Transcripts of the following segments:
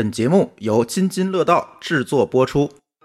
本节目由津津乐道制作播出。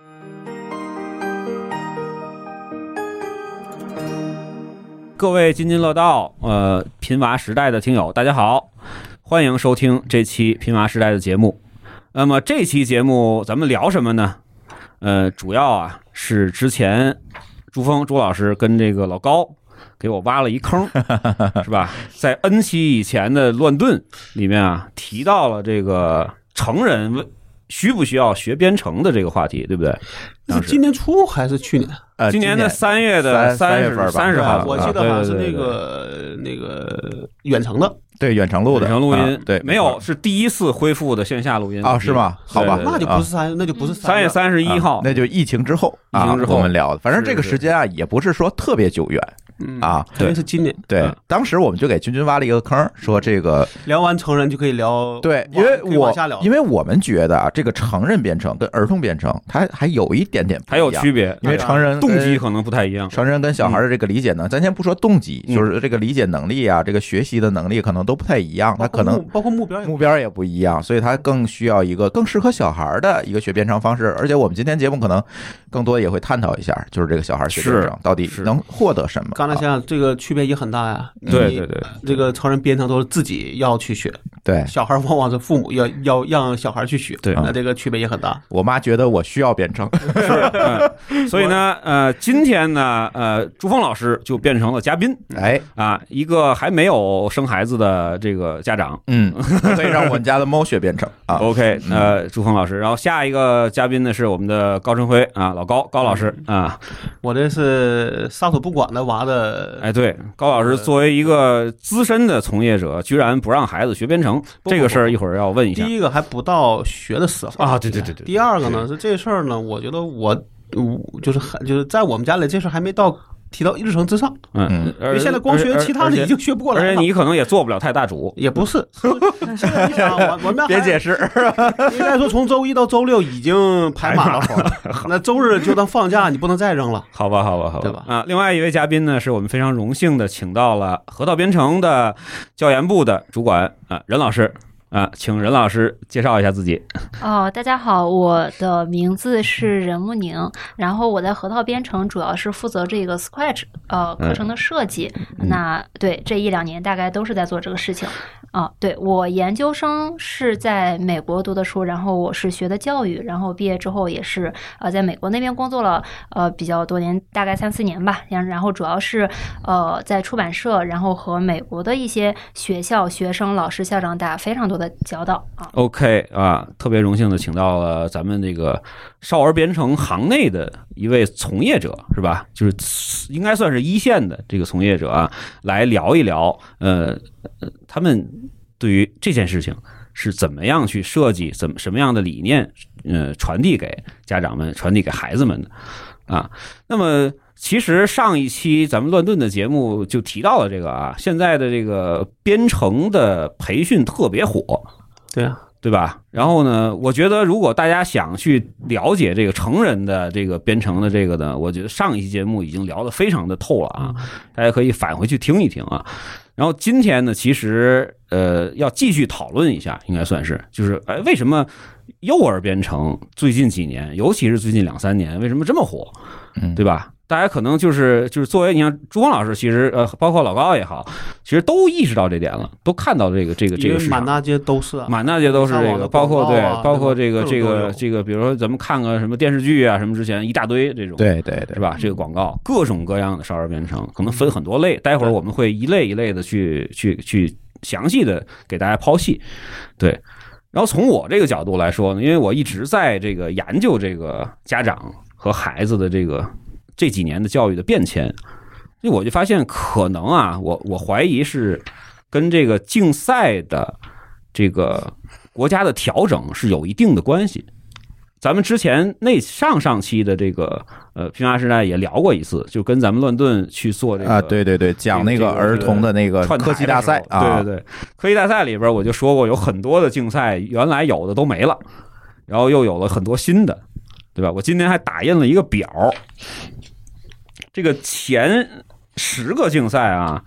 各位津津乐道贫娃时代的听友大家好，欢迎收听这期贫娃时代的节目。那么这期节目咱们聊什么呢？主要是之前朱老师跟这个老高给我挖了一坑，是吧？在 N 期以前的乱炖里面提到了这个成人需不需要学编程的这个话题，对不对？ 是今年初还是去年？ 今年的3月的30号， 我记得好像是那个远程的， 对，远程录的， 远程录音， 对， 没有，是第一次恢复的线下录音是吗？好吧， 那就不是3月 31号， 那就疫情之后我们聊的，反正这个时间也不是说特别久远。 肯定是今年。 对，当时我们就给君挖了一个坑，说这个聊完成人就可以聊。 对，因为我们觉得这个成人编程跟儿童编程它还有一点点还有区别， 因为成人动机可能不太一样。 成人跟小孩的这个理解呢，咱先不说动机，就是这个理解能力这个学习的能力可能都不太一样，它可能包括目标也不一样，所以它更需要一个更适合小孩的一个学编程方式。而且我们今天节目可能更多也会探讨一下，就是这个小孩学编程到底能获得什么。 刚才想这个区别也很大呀。 对， 这个成人编程都是自己要去学， 对， 小孩往往是父母要让小孩去学， 对， 那这个区别也很大。 我妈觉得我需要编程， 所以呢，今天呢，朱峰老师就变成了嘉宾，一个还没有生孩子的这个家长， 可以让我们家的猫学编程 OK，朱峰老师，然后下一个嘉宾呢是我们的高晨辉老高老师我这是撒手不管的娃的。 对，高老师作为一个资深的从业者，居然不让孩子学编程，这个事儿一会儿要问一下。 第一个还不到学的时候对。 第二个呢是这事儿呢，我觉得就是在我们家里这事儿还没到提到日程之上，因为现在光学其他的已经学不过来了， 而且你可能也做不了太大主， 也不是。现在你想，我们别解释， 应该说从周一到周六已经排满了活，那周日就当放假，你不能再扔了， 好吧， 对吧？ 另外一位嘉宾呢，是我们非常荣幸的请到了河道编程的教研部的主管任老师。请任老师介绍一下自己。 大家好，我的名字是任慕宁，然后我在河道编程主要是负责这个 Scratch 课程的设计。那对这1-2年大概都是在做这个事情。对，我研究生是在美国读的书，然后我是学的教育，然后毕业之后也是在美国那边工作了比较多年，大概3-4年吧。然后主要是在出版社，然后和美国的一些学校、学生、老师、校长打非常多的交道 OK 特别荣幸的请到了咱们这个少儿编程行内的一位从业者，是吧？就是应该算是一线的这个从业者来聊一聊他们对于这件事情是怎么样去设计，什么样的理念传递给家长们，传递给孩子们的那么其实上一期咱们乱炖的节目就提到了这个现在的这个编程的培训特别火，对吧？然后呢，我觉得如果大家想去了解这个成人的这个编程的这个呢，我觉得上一期节目已经聊得非常的透了大家可以返回去听一听然后今天呢，其实要继续讨论一下，应该算是就是为什么幼儿编程最近几年，尤其是最近2-3年，为什么这么火，对吧？大家可能就是作为你像朱峰老师，其实包括老高也好，其实都意识到这点了，都看到这个市场， 满大街都是这个，包括这个，比如说咱们看个什么电视剧什么之前一大堆这种， 对， 是吧？这个广告各种各样的少儿编程，可能分很多类，待会儿我们会一类一类的去详细的给大家剖析，对。然后从我这个角度来说呢，因为我一直在这个研究这个家长和孩子的这几年的教育的变迁，所以我就发现可能我怀疑是跟这个竞赛的这个国家的调整是有一定的关系。咱们之前上期的这个贫乏时代也聊过一次，就跟咱们乱炖去做这个对，讲那个儿童的那个科技大赛对，科技大赛里边我就说过，有很多的竞赛原来有的都没了，然后又有了很多新的，对吧？我今天还打印了一个表，这个前10个竞赛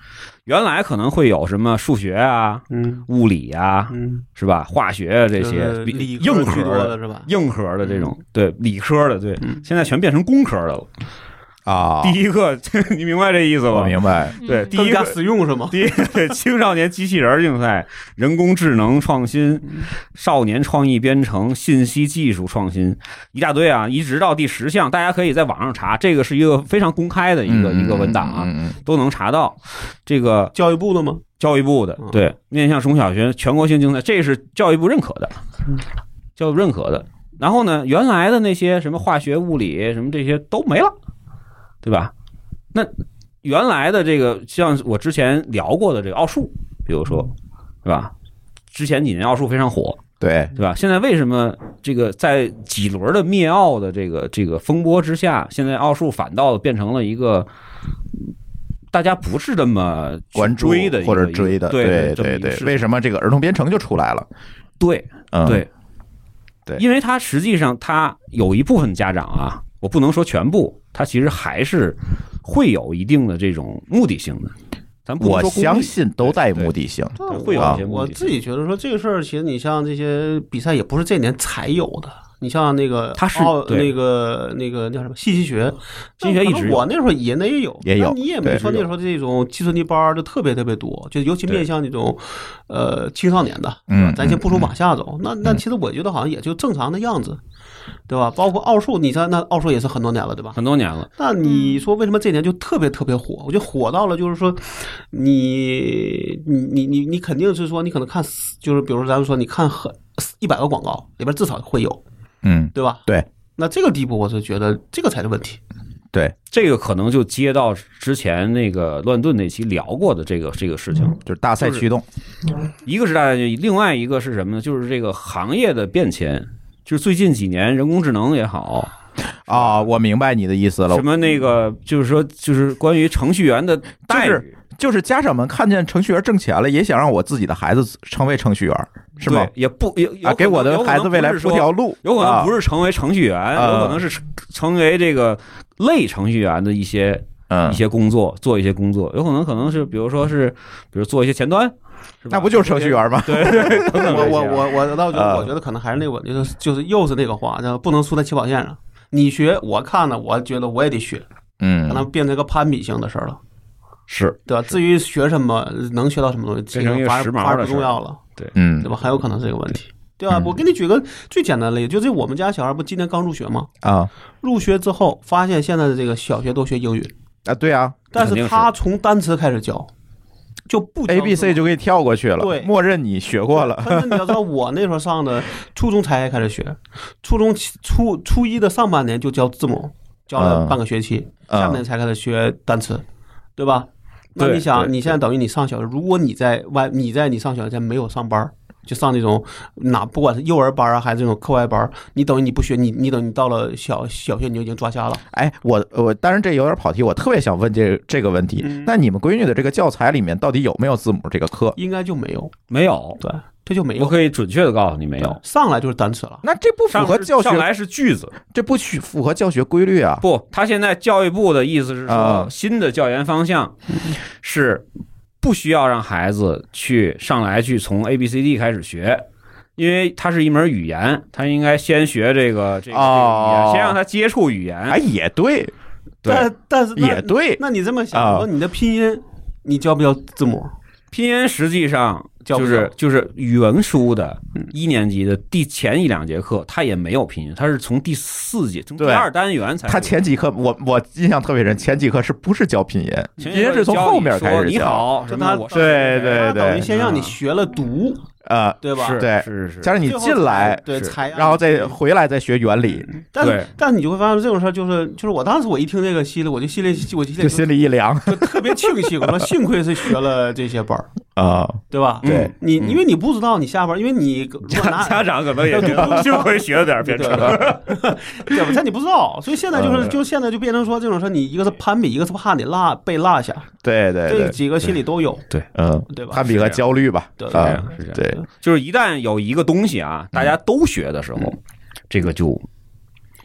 原来可能会有什么数学啊、物理啊，是吧？化学啊这些硬核的是吧？ 硬核的这种，对理科的，对，现在全变成工科的了。 啊， 第一个，你明白这意思吗？ 我明白。 对，第一个实用是吗？ 第一个青少年机器人竞赛、人工智能创新、少年创意编程、信息技术创新，一大堆啊，一直到第10项，大家可以在网上查，这个是一个非常公开的一个文档啊，都能查到。这个教育部的吗？ 教育部的，对，面向中小学全国性竞赛，这是教育部认可的，教育部认可的。然后呢，原来的那些什么化学、物理什么这些都没了。对吧？那原来的这个，像我之前聊过的这个奥数，比如说，是吧？之前几年奥数非常火， 对吧？现在为什么这个在几轮的灭奥的这个风波之下，现在奥数反倒变成了一个大家不是那么关注的或者追的？对，为什么这个儿童编程就出来了？ 对，因为它实际上它有一部分家长啊。我不能说全部，它其实还是会有一定的这种目的性的。咱不能说我相信都带目的性， 会有一些目的性。 我自己觉得说这个事儿，其实你像这些比赛也不是这年才有的。你像那个它是那个叫什么信息学， 信息学一直有。 我那时候也有， 也有。 你也没说那时候这种计算机班就特别多，就尤其面向那种青少年的，咱先不说往下走，那其实我觉得好像也就正常的样子。对吧？包括奥数，你看那奥数也是很多年了，对吧？ 很多年了。 那你说为什么这年就特别火？我觉得火到了，就是说你肯定是说你可能看，就是比如说咱们说你看100个广告里边至少会有，对吧？ 对。 那这个地步，我是觉得这个才是问题。 对， 这个可能就接到之前那个乱炖那期聊过的这个事情， 就是大赛驱动。 一个是大赛驱动，另外一个是什么呢？就是这个行业的变迁。就是最近几年，人工智能也好啊，我明白你的意思了。 什么那个，就是说，就是关于程序员的待遇， 就是家长们看见程序员挣钱了，也想让我自己的孩子成为程序员，是吗？ 也不给我的孩子未来铺条路， 有可能不是成为程序员，有可能是成为这个类程序员的一些工作，做一些工作，有可能是比如做一些前端。 那不就是程序员吗？ 对， 我倒觉得，我觉得可能还是那个问题，就是又是那个话，叫不能输在起跑线上。你学，我看呢，我觉得我也得学，可能变成一个攀比性的事儿了， 是对吧？至于学什么，能学到什么东西， 变成一个时髦的不重要了， 对， 对吧？还有可能是这个问题，对吧？我给你举个最简单的例子，就是我们家小孩不今年刚入学吗？入学之后发现现在的这个小学都学英语啊，对啊， 但是他从单词开始教。就不 ABC 就给你跳过去了， 对， 默认你学过了。 但是你要知道，我那时候上的初中才开始学，初一的上半年就教字母，教了半个学期，下半年才开始学单词，对吧？那你想，你现在等于你上小学，如果你你上小学没有上班，就上那种不管是幼儿班啊，还是这种课外班，你等于你不学，你等你到了小学你就已经抓瞎了。 哎，我当然这有点跑题，我特别想问这个问题。那你们闺女的这个教材里面到底有没有字母这个课？ 应该就没有， 对， 这就没有。 我可以准确的告诉你，没有， 上来就是单词了。 那这不符合教学， 上来是句子， 这不符合教学规律啊！ 不，他现在教育部的意思是说，新的教研方向是不需要让孩子上来从 ABCD 开始学。因为它是一门语言，他应该先学这个语言，先让他接触语言。 哎，也对， 但是也对。 那你这么想，说你的拼音，你教不教字母？ 拼音实际上就是语文书的1年级的前1、2节课，它也没有拼音，它是从第4节，从第2单元才。 他前几课我印象特别深，前几课不是教拼音，拼音是从后面开始教。 你好， 就他对， 等于先让你学了读。对吧？ 对， 是， 加上你进来， 对， 然后再回来再学原理。 但你就会发现这种事儿，就是我当时我一听这个戏了，我就心里一凉， 就特别庆幸，我说幸亏是学了这些班啊， 对吧？ 对， 因为你不知道你下班，因为你家长可能也觉得幸亏学了点编程， 对吧？但你不知道，所以现在现在就变成说这种事，你一个是攀比，一个是怕你被落下， 对， 这几个心里都有， 对， 对吧？ 攀比和焦虑吧， 对， 是这样， 对。 就是一旦有一个东西啊，大家都学的时候，这个就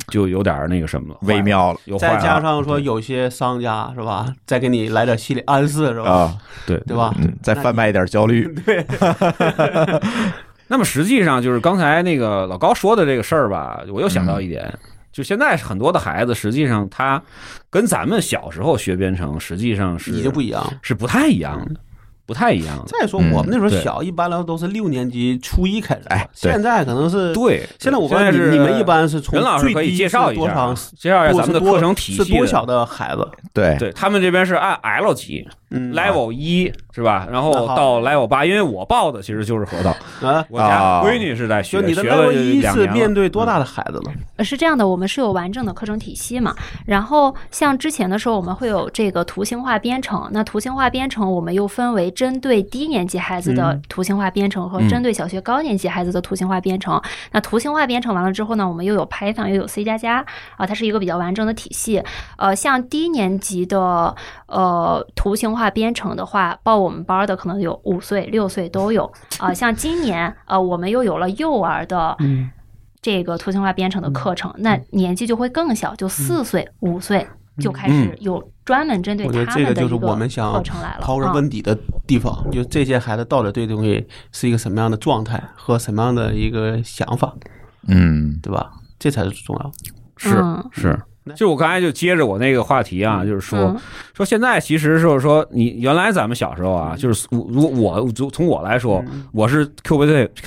就有点那个什么了， 微妙了。 再加上说有些商家是吧，再给你来点心理暗示是吧？ 啊， 对吧？ 再贩卖一点焦虑。 对。 那么实际上就是刚才那个老高说的这个事儿吧，我又想到一点，就现在很多的孩子，实际上他跟咱们小时候学编程，实际上是已经不一样， 是不太一样的。不太一样。 再说我们那时候小，一般来说都是6年级初1开始。 哎， 现在可能是对。 现在我不知道你们一般是从最低介绍一下，介绍一下咱们的课程体系是多小的孩子？ 对对，他们这边是按 L 级，level 1是吧？然后到 level 8，因为我报的其实就是核桃啊， 我家闺女是在学， 你的 level 1是面对多大的孩子呢？ 是这样的，我们是有完整的课程体系嘛。然后像之前的时候，我们会有这个图形化编程。那图形化编程，我们又分为针对低年级孩子的图形化编程和针对小学高年级孩子的图形化编程。那图形化编程完了之后呢，我们又有 Python， 又有 C++啊，它是一个比较完整的体系。像低年级的图形化编程的话，报我们班的可能有5岁、6岁都有像今年我们又有了幼儿的这个图形化编程的课程，那年纪就会更小，就4岁、5岁就开始有专门针对他们的一个课程来了。 刨根问底的地方，就这些孩子到底对这东西是一个什么样的状态和什么样的一个想法，对吧？这才是最重要。 是。就我刚才就接着我那个话题啊，就是说现在其实就是说你原来咱们小时候啊，就是如果我从我来说，我是 Q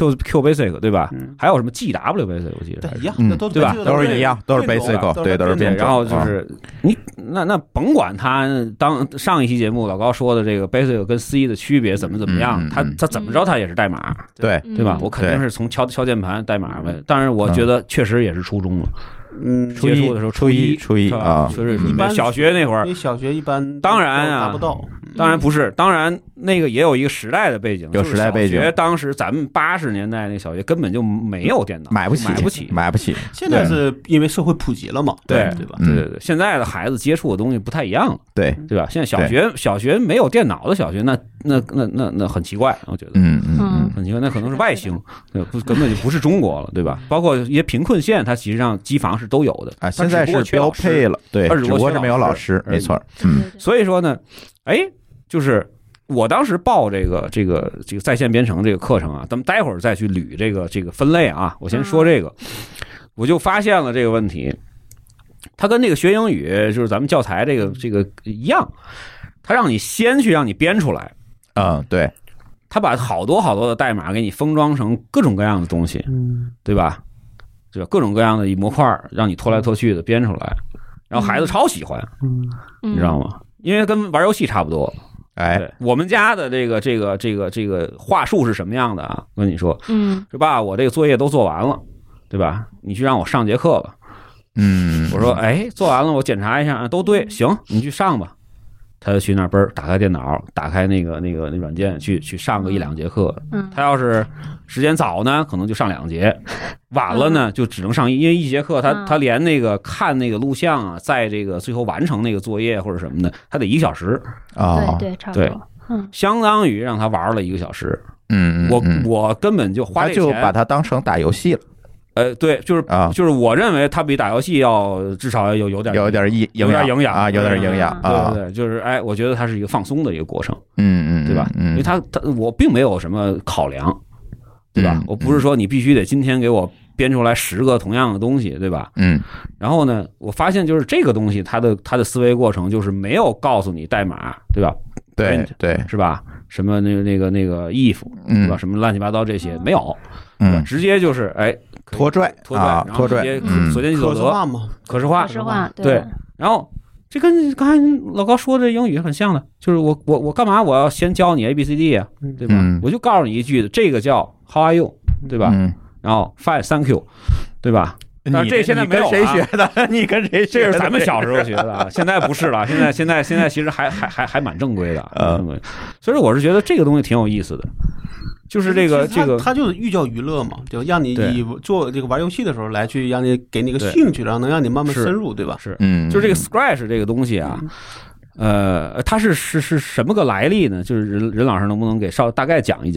basic 对吧？还有什么 GW basic 我记得一样， 对吧？ 都是一样，都是 basic， 对，都是编程。 然后就是你那甭管他当上一期节目老高说的这个 basic 跟 C 的区别怎么样，他怎么着他也是代码， 对吧？我肯定是从敲键盘代码呗。当然我觉得确实也是初中了。接触的时候初一啊， 就是一般小学那会儿， 小学一般当然啊， 达不到， 当然不是，当然那个也有一个时代的背景， 有时代背景。 当时咱们80年代那小学根本就没有电脑，买不起。 现在是因为社会普及了嘛，对吧？ 对，现在的孩子接触的东西不太一样了，对吧？现在小学没有电脑的小学，那很奇怪，我觉得，很奇怪，那可能是外星，根本就不是中国了，对吧？包括一些贫困县，它实际上机房是都有的啊，现在是标配了，对，只不过是没有老师，没错。 所以说呢，就是我当时报这个在线编程这个课程啊，咱们待会儿再去捋这个分类啊。我先说这个，我就发现了这个问题，它跟那个学英语就是咱们教材这个一样，它让你先去让你编出来， 对， 它把好多的代码给你封装成各种各样的东西，对吧？各种各样的一模块让你拖来拖去的编出来，然后孩子超喜欢，你知道吗？因为跟玩游戏差不多。我们家的这个话术是什么样的啊？我跟你说，说爸，我这个作业都做完了，对吧？你去让我上节课吧。我说，做完了，我检查一下，都对，行，你去上吧。他就去那儿打开电脑，打开那软件去上个1-2节课。他要是时间早呢，可能就上2节；晚了呢，就只能上因为1节课他连那个看那个录像啊，在这个最后完成那个作业或者什么的，他得1个小时啊。对，差不多。 相当于让他玩了1个小时。我根本就花这钱， 他就把它当成打游戏了。 对，就是我认为它比打游戏要至少有点营养啊，有点营养啊， 对，就是我觉得它是一个放松的一个过程， 对吧？因为我并没有什么考量，对吧？我不是说你必须得今天给我编出来10个同样的东西，对吧？然后呢，我发现就是这个东西它的思维过程就是没有告诉你代码，对吧？ 对， 是吧？什么那个 if， 对吧？什么乱七八糟这些没有，直接就是拖拽， 然后直接所见即所得，可视化，对。然后这跟刚才老高说的英语很像的，就是我干嘛我要先教你 ABCD 啊，对吧？我就告诉你一句，这个叫 How are you， 对吧？然后 Fine Thank you， 对吧？但是这现在没有谁学的？你跟谁学的？ 这是咱们小时候学的，现在不是了。现在其实还蛮正规的，所以我是觉得这个东西挺有意思的。就是这个， 它就是寓教于乐嘛，就让你做这个玩游戏的时候来去让你给你个兴趣，然后能让你慢慢深入，对吧？ 就是这个 Scratch 这个东西啊，它是什么个来历呢？就是任老师能不能给大概讲一讲？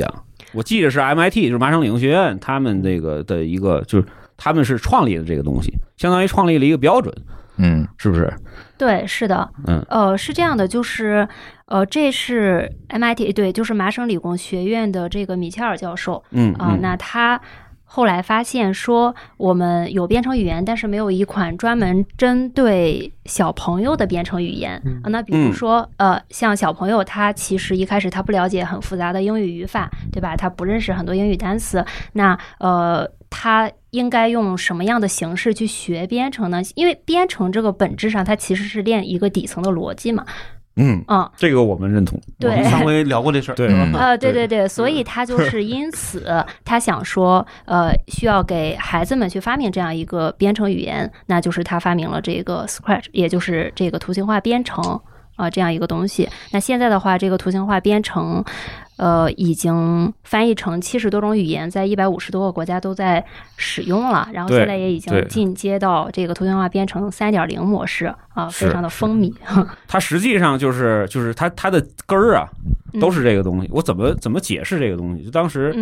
我记得是 MIT， 就是麻省理工学院，他们这个的一个就是他们是创立的这个东西，相当于创立了一个标准，是不是？ 对，是的，是这样的，就是这是 MIT， 对，就是麻省理工学院的这个米切尔教授，那他后来发现说，我们有编程语言，但是没有一款专门针对小朋友的编程语言。那比如说，像小朋友，他其实一开始他不了解很复杂的英语语法，对吧？他不认识很多英语单词。那他应该用什么样的形式去学编程呢？因为编程这个本质上，它其实是练一个底层的逻辑嘛。 这个我们认同。 对， 我们上回聊过这事儿。 对，所以他就是因此他想说，需要给孩子们去发明这样一个编程语言，那就是他发明了这个 Scratch， 也就是这个图形化编程这样一个东西。那现在的话，这个图形化编程已经翻译成70多种语言，在150多个国家都在使用了，然后现在也已经进阶到这个图形化编程 3.0 模式非常的风靡。 它实际上就是它的根儿啊，都是这个东西。我怎么解释这个东西？就当时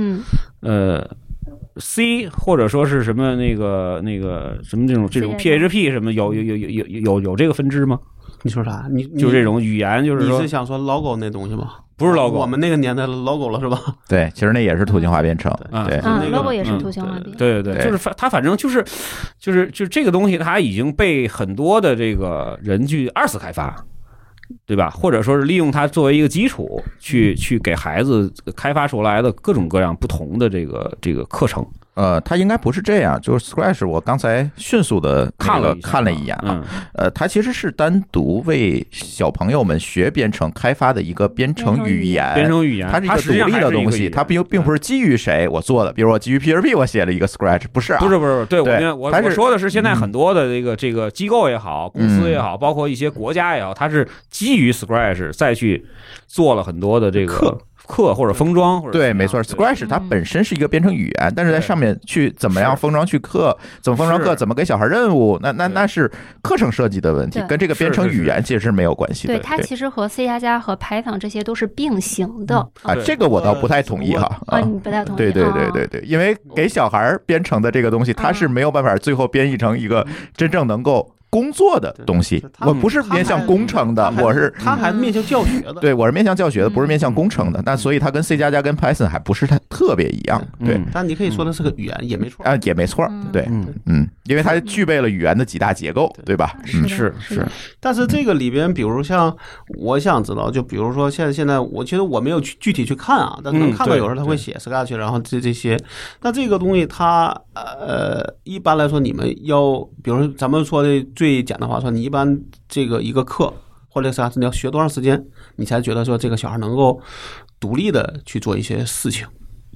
C 或者说是什么那个什么这种 PHP 什么有这个分支吗？ 你说啥？你就这种语言，就是说你是想说 logo 那东西吗？ 不是 logo， 我们那个年代的 logo 了是吧？ 对，其实那也是图形化编程。对 ，logo 也是图形化编程。 对，就是它反正就是这个东西，它已经被很多的这个人去二次开发。对吧？或者说是利用它作为一个基础，去给孩子开发出来的各种各样不同的这个课程。 它应该不是这样，就是 Scratch， 我刚才迅速的看了一眼啊，它其实是单独为小朋友们学编程开发的一个编程语言，它是一个独立的东西，它并不是基于谁我做的，比如我基于 PHP 我写了一个 Scratch， 不是， 对，我说的是现在很多的这个机构也好，公司也好，包括一些国家也好，它是基于 Scratch 再去做了很多的这个课或者封装，或者对，没错 ，Scratch 它本身是一个编程语言，但是在上面去怎么样封装去课，怎么封装课，怎么给小孩任务，那是课程设计的问题，跟这个编程语言其实没有关系的。 对，它其实和 C++ 和 Python 这些都是并行的这个我倒不太同意哈。 你不太同意？ 对，因为给小孩编程的这个东西，它是没有办法最后编译成一个真正能够工作的东西，我不是面向工程的， 他还面向教学的。 对，我是面向教学的，不是面向工程的。那所以它跟 C++ 跟 Python 还不是它特别一样。对， 但你可以说它是个语言，也没错啊，也没错。对，因为它具备了语言的几大结构，对吧？ 是。 但是这个里边，比如像我想知道，就比如说现在，我其实我没有具体去看啊，但能看到有时候他会写 Scratch， 然后这些。那这个东西它一般来说，你们要，比如说咱们说的最简单话说，你一般这个一个课或者啥，你要学多长时间，你才觉得说这个小孩能够独立的去做一些事情？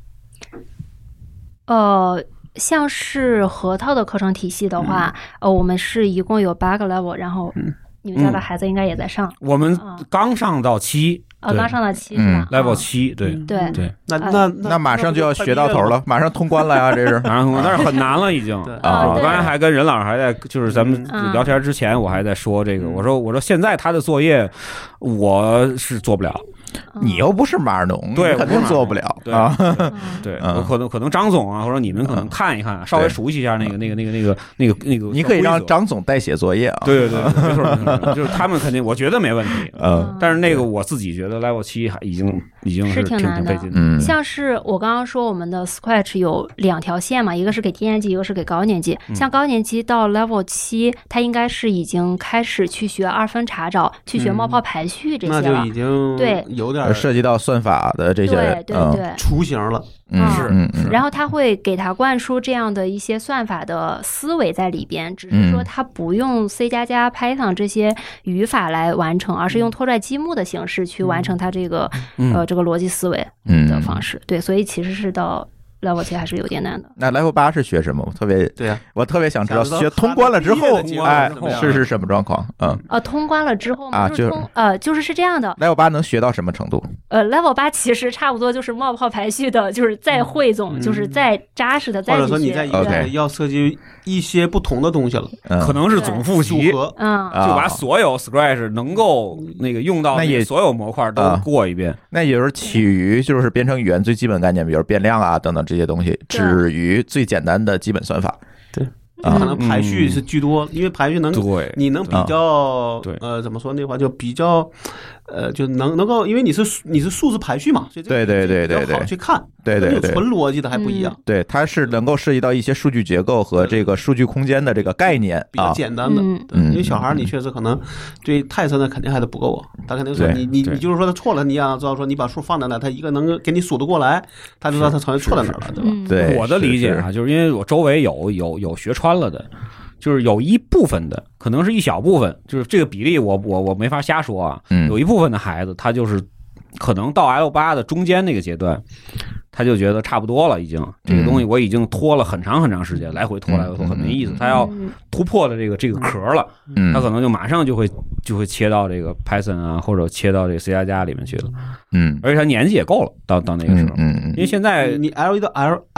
像是核桃的课程体系的话，我们是一共有8个 level， 然后你们家的孩子应该也在上。 我们刚上到7。 刚上到7是吧 ？level 7，对。 那马上就要学到头了，马上通关了呀，这是马上通关，但是很难了已经。我刚才还跟任老师还在，就是咱们聊天之前，我还在说这个，我说现在他的作业我是做不了。 你又不是马尔农， 对， 肯定做不了啊。 对，我可能张总啊，或者你们可能看一看，稍微熟悉一下那个， 你可以让张总代写作业啊。 对，没错，就是他们肯定，我觉得没问题。但是那个我自己觉得 level 7还已经是挺费劲的。 像是我刚刚说我们的 Scratch 有2条线嘛，一个是给低年级，一个是给高年级。像高年级到 level 7，他应该是已经开始去学2分查找，去学冒泡排序这些了。 那就已经对。 有点涉及到算法的这些对雏形了。 然后他会给他灌输这样的一些算法的思维在里边，只是说他不用 C++、Python 这些语法来完成，而是用拖拽积木的形式去完成他这个这个逻辑思维的方式。对，所以其实是到 Level 7还是有点难的。 那 Level 8是学什么？我特别想知道学通关了之后，是什么状况？ 通关了之后嘛，就是这样的。 Level 8能学到什么程度 ？Level 8其实差不多就是冒泡排序的，就是再汇总，就是再扎实的再去学。 或者说你在要涉及一些不同的东西了， 可能是总复习，就把所有 Scratch 能够那个用到的所有模块都过一遍。 那也就是起于就是编程语言最基本概念，比如变量啊等等这些东西，止于最简单的基本算法。 对。可能排序是居多，因为排序你能比较怎么说那话就比较就能够，因为你是数字排序嘛，所以这个比较好去看， 对， 纯逻辑的还不一样。 对，它是能够涉及到一些数据结构和这个数据空间的这个概念， 比较简单的。因为小孩你确实可能对太深的肯定还是不够，他肯定说你就是说他错了，你要知道说你把数放在那，他一个能给你数得过来，他就知道他成为错在哪了，对吧？ 对， 我的理解啊，就是因为我周围有学穿了的，就是有一部分的，可能是一小部分，就是这个比例我没法瞎说啊。有一部分的孩子，他就是可能到 L8 的中间那个阶段，他就觉得差不多了，已经这个东西我已经拖了很长很长时间，来回拖很没意思，他要突破了这个壳了，他可能就马上就会切到这个 Python 啊，或者切到这个 C++ 里面去了。而且他年纪也够了，到那个时候。因为现在你 L1 到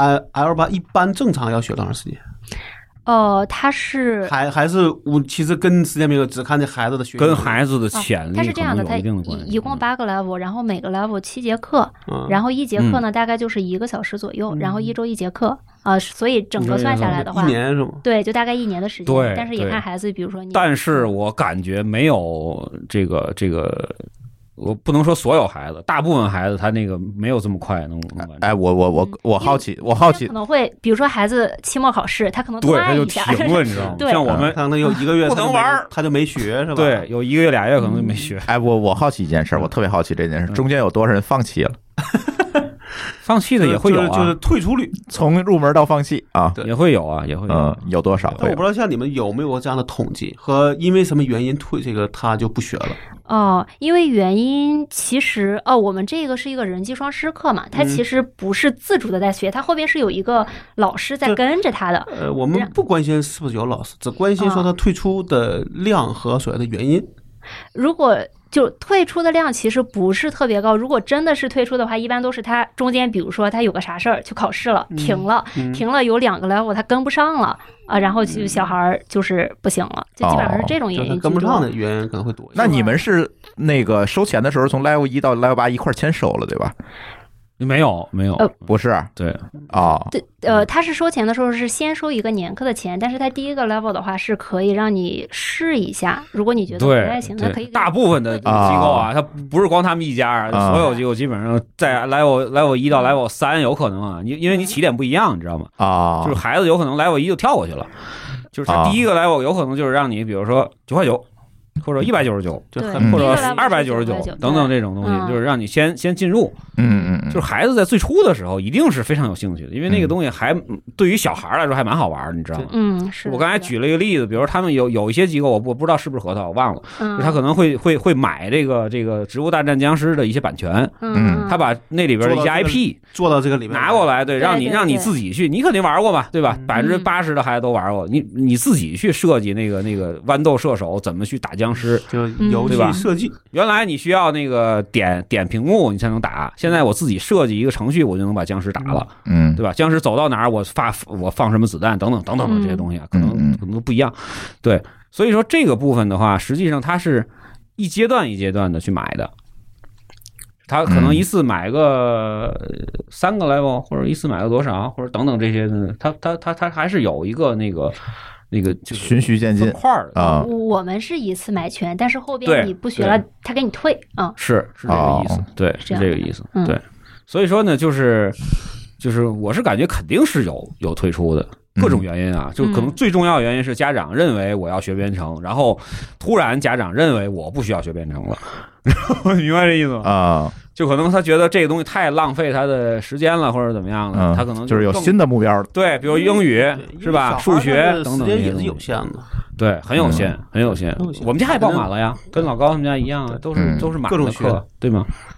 L8 一般正常要学多长时间？ 他是还是其实跟时间没有，只看这孩子的学习， 跟孩子的潜力。 他是这样的，他一共8个 level， 然后每个 level 7节课，然后1节课呢大概就是1个小时左右，然后1周1节课所以整个算下来的话， 1年是吗？ 对，就大概1年的时间。 对， 但是也看孩子，比如说你。 但是我感觉没有这个。我不能说所有孩子，大部分孩子他那个没有这么快能完成。 哎，我好奇， 可能会，比如说孩子期末考试，他可能对他就停了，你知道吗？像我们可能有1个月不能玩， 他就没学，是吧？ 对，有1个月2月可能就没学。 哎，我好奇一件事，我特别好奇这件事，中间有多少人放弃了？ 放弃的也会有啊， 就是退出率， 从入门到放弃啊， 也会有啊，也会有。 有多少？ 但我不知道像你们有没有这样的统计和因为什么原因退这个他就不学了。 因为原因其实我们这个是一个人机双师课嘛，他其实不是自主的在学，他后边是有一个老师在跟着他的。 我们不关心是不是有老师，只关心说他退出的量和所谓的原因。 如果就退出的量其实不是特别高，如果真的是退出的话，一般都是他中间比如说他有个啥事儿去考试了，停了有2个 level 他跟不上了然后就小孩就是不行了，就基本上是这种原因。 跟不上的原因可能会多。 那你们是那个收钱的时候从 level 1到 level 8一块签收了，对吧？ 没有， 不是， 对对，他是收钱的时候是先收1个年课的钱，但是他第1个 level 的话是可以让你试一下，如果你觉得不太行，那可以。 大部分的机构啊，它不是光他们一家，所有机构基本上在 level 1到 level 3有可能啊，因为你起点不一样，你知道吗？就是孩子有可能 level 1就跳过去了，就是他第1个 level 有可能就是让你比如说9.9。或者199，或者299等等这种东西，就是让你先进入。就是孩子在最初的时候一定是非常有兴趣的，因为那个东西还对于小孩来说还蛮好玩，你知道吗？ 是。 我刚才举了一个例子，比如他们有一些机构，我不知道是不是核桃，我忘了，他可能会买这个《植物大战僵尸》的一些版权，他把那里边的一些 IP 做到这个里面拿过来，对，让你自己去，你肯定玩过吧，对吧？80%的孩子都玩过，你自己去设计那个豌豆射手怎么去打僵尸， 就游戏设计。 原来你需要那个点屏幕你才能打，现在我自己设计一个程序，我就能把僵尸打了，对吧？僵尸走到哪儿，我放什么子弹，等等等等的这些东西啊，可能都不一样。对，所以说这个部分的话，实际上它是一阶段一阶段的去买的。他可能一次买个3个 level， 或者一次买个多少，或者等等这些的，他还是有一个那个就循序渐进块的我们是一次买全，但是后边你不学了，他给你退是这个意思，对，是这个意思，对。所以说呢，就是我是感觉肯定是有退出的。各种原因啊，就可能最重要的原因是家长认为我要学编程，然后突然家长认为我不需要学编程了，明白这意思吗？就可能他觉得这个东西太浪费他的时间了，或者怎么样的，他可能就是有新的目标了。 对，比如英语是吧，数学等等， 也是有限的。 对，很有限，很有限。我们家也报满了呀，跟老高他们家一样，都是满的课，对吗？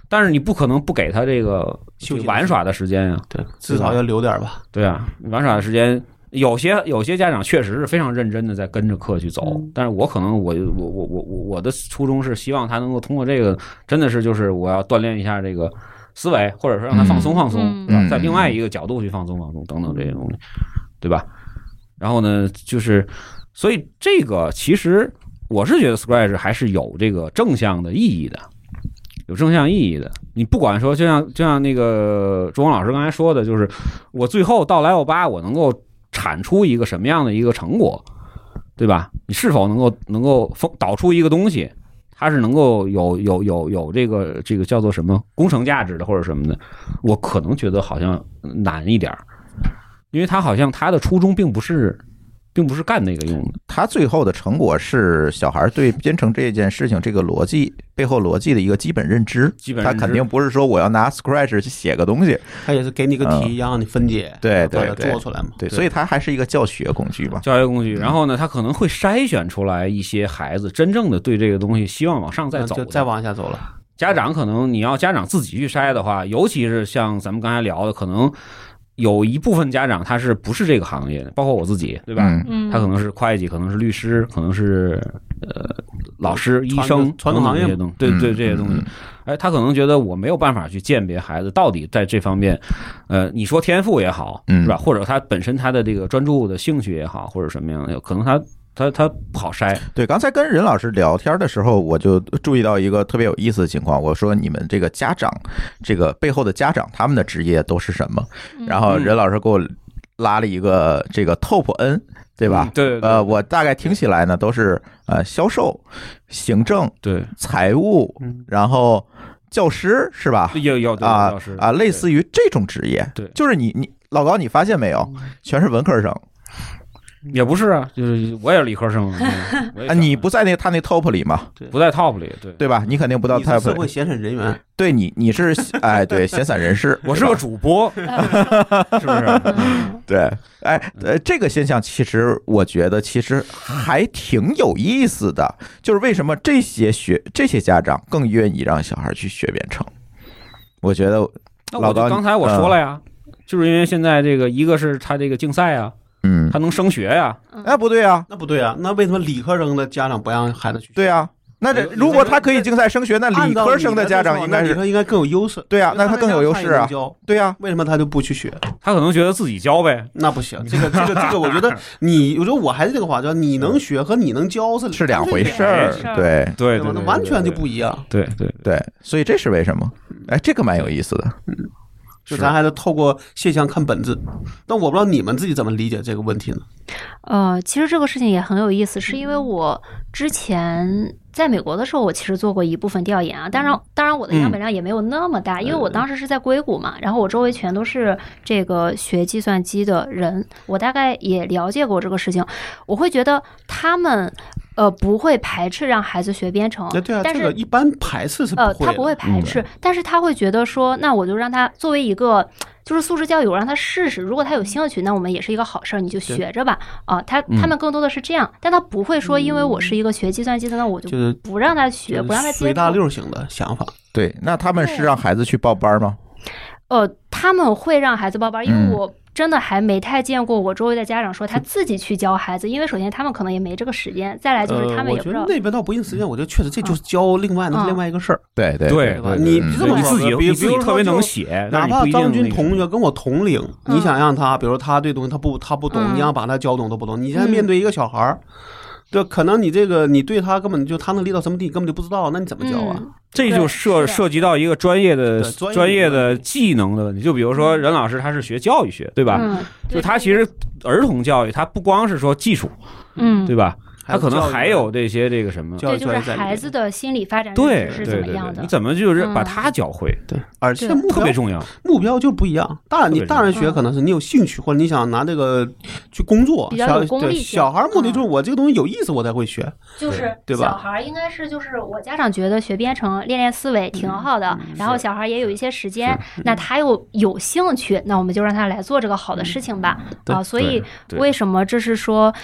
但是你不可能不给他这个玩耍的时间呀， 对，至少要留点吧。 对啊，玩耍的时间。有些家长确实是非常认真的在跟着课去走，但是我可能我的初衷是希望他能够通过这个，真的是就是我要锻炼一下这个思维，或者说让他放松放松，在另外一个角度去放松放松等等这些东西，对吧？然后呢，就是所以这个其实我是觉得 Scratch 还是有这个正向的意义的。有正向意义的，你不管说，就像那个朱峰老师刚才说的，就是我最后到 Level 8，我能够产出一个什么样的一个成果，对吧？你是否能够导出一个东西，它是能够有这个叫做什么工程价值的或者什么的，我可能觉得好像难一点，因为它好像它的初衷并不是干那个用的， 他最后的成果是小孩对编程这件事情这个逻辑背后逻辑的一个基本认知。他肯定不是说我要拿 Scratch 去写个东西， 他也是给你个题，让你分解， 对， 做出来嘛。 对，所以它还是一个教学工具吧。 教学工具，然后呢，他可能会筛选出来一些孩子真正的对这个东西希望往上再走， 就再往下走了。 家长可能你要家长自己去筛的话，尤其是像咱们刚才聊的，可能。有一部分家长他是不是这个行业的，包括我自己，对吧？他可能是会计，可能是律师，可能是老师、医生传统行业这些东西，对这些东西。哎，他可能觉得我没有办法去鉴别孩子到底在这方面，你说天赋也好，是吧？或者他本身他的这个专注的兴趣也好，或者什么样的，可能他不好筛。 对，刚才跟任老师聊天的时候，我就注意到一个特别有意思的情况。我说你们这个家长，这个背后的家长，他们的职业都是什么？然后任老师给我拉了一个这个 Top N， 对吧？ 对。 我大概听起来呢，都是销售、行政、 对、 财务，然后教师是吧？ 有教师啊，类似于这种职业。 对， 就是你老高，你发现没有，全是文科生。 也不是啊，就是我也是理科生啊，你不在他那 top 里吗？ 不在 top 里， 对吧？你肯定不到 top 里。 社会闲散人员， 对你是对闲散人士， 我是个主播，是不是？ 对，这个现象其实我觉得其实还挺有意思的，就是为什么这些家长更愿意让小孩去学编程？我觉得老高， 刚才我说了呀，就是因为现在这个一个是他这个竞赛啊。他能升学呀？ 那不对啊， 那为什么理科生的家长不让孩子去学？ 对啊，那如果他可以竞赛升学，那理科生的家长应该更有优势。 对啊，那他更有优势啊。对啊， 为什么他就不去学？ 他可能觉得自己教呗。 那不行，这个，我觉得我觉得我还是这个话，叫你能学和你能教是两回事儿。对， 那完全就不一样。 对， 所以这是为什么？哎，这个蛮有意思的。 就咱还是透过现象看本质，但我不知道你们自己怎么理解这个问题呢？ 其实这个事情也很有意思，是因为我之前在美国的时候，我其实做过一部分调研啊，当然我的样本量也没有那么大，因为我当时是在硅谷嘛，然后我周围全都是这个学计算机的人，我大概也了解过这个事情，我会觉得他们不会排斥让孩子学编程， 对啊， 但是这个一般排斥是不会的， 他不会排斥，但是他会觉得说，那我就让他作为一个就是素质教育，我让他试试，如果他有兴趣，那我们也是一个好事儿，你就学着吧啊，他们更多的是这样，但他不会说，因为我是一个学计算机的，那我就不让他学，不让他接触， 随大溜型的想法。 对，那他们是让孩子去报班吗？ 他们会让孩子报班，因为我真的还没太见过我周围的家长说他自己去教孩子，因为首先他们可能也没这个时间，再来就是他们也不知道。 我觉得那边倒不一定时间，我觉得确实这就是教另外一个事儿。 对， 你这么自己特别能写， 哪怕张军同学跟我同龄，你想让他，比如他对东西他不懂，你想把他教懂都不懂，你现在面对一个小孩儿。对，可能你对他根本就他能力到什么地根本就不知道，那你怎么教啊？ 这就涉及到一个专业的技能的问题。就比如说任老师他是学教育学，对吧？就他其实儿童教育，他不光是说技术，对吧？他可能还有这些这个什么， 对，就是孩子的心理发展是怎么样的？ 你怎么就是把他教会？ 对，而且特别重要， 目标就不一样。大人学可能是你有兴趣，或者你想拿这个去工作， 比较有功利性。 小孩目的就是我这个东西有意思，我才会学。 就是对吧？ 小孩应该是就是我家长觉得学编程练思维挺好的，然后小孩也有一些时间，那他又有兴趣，那我们就让他来做这个好的事情吧。啊，所以为什么这是说？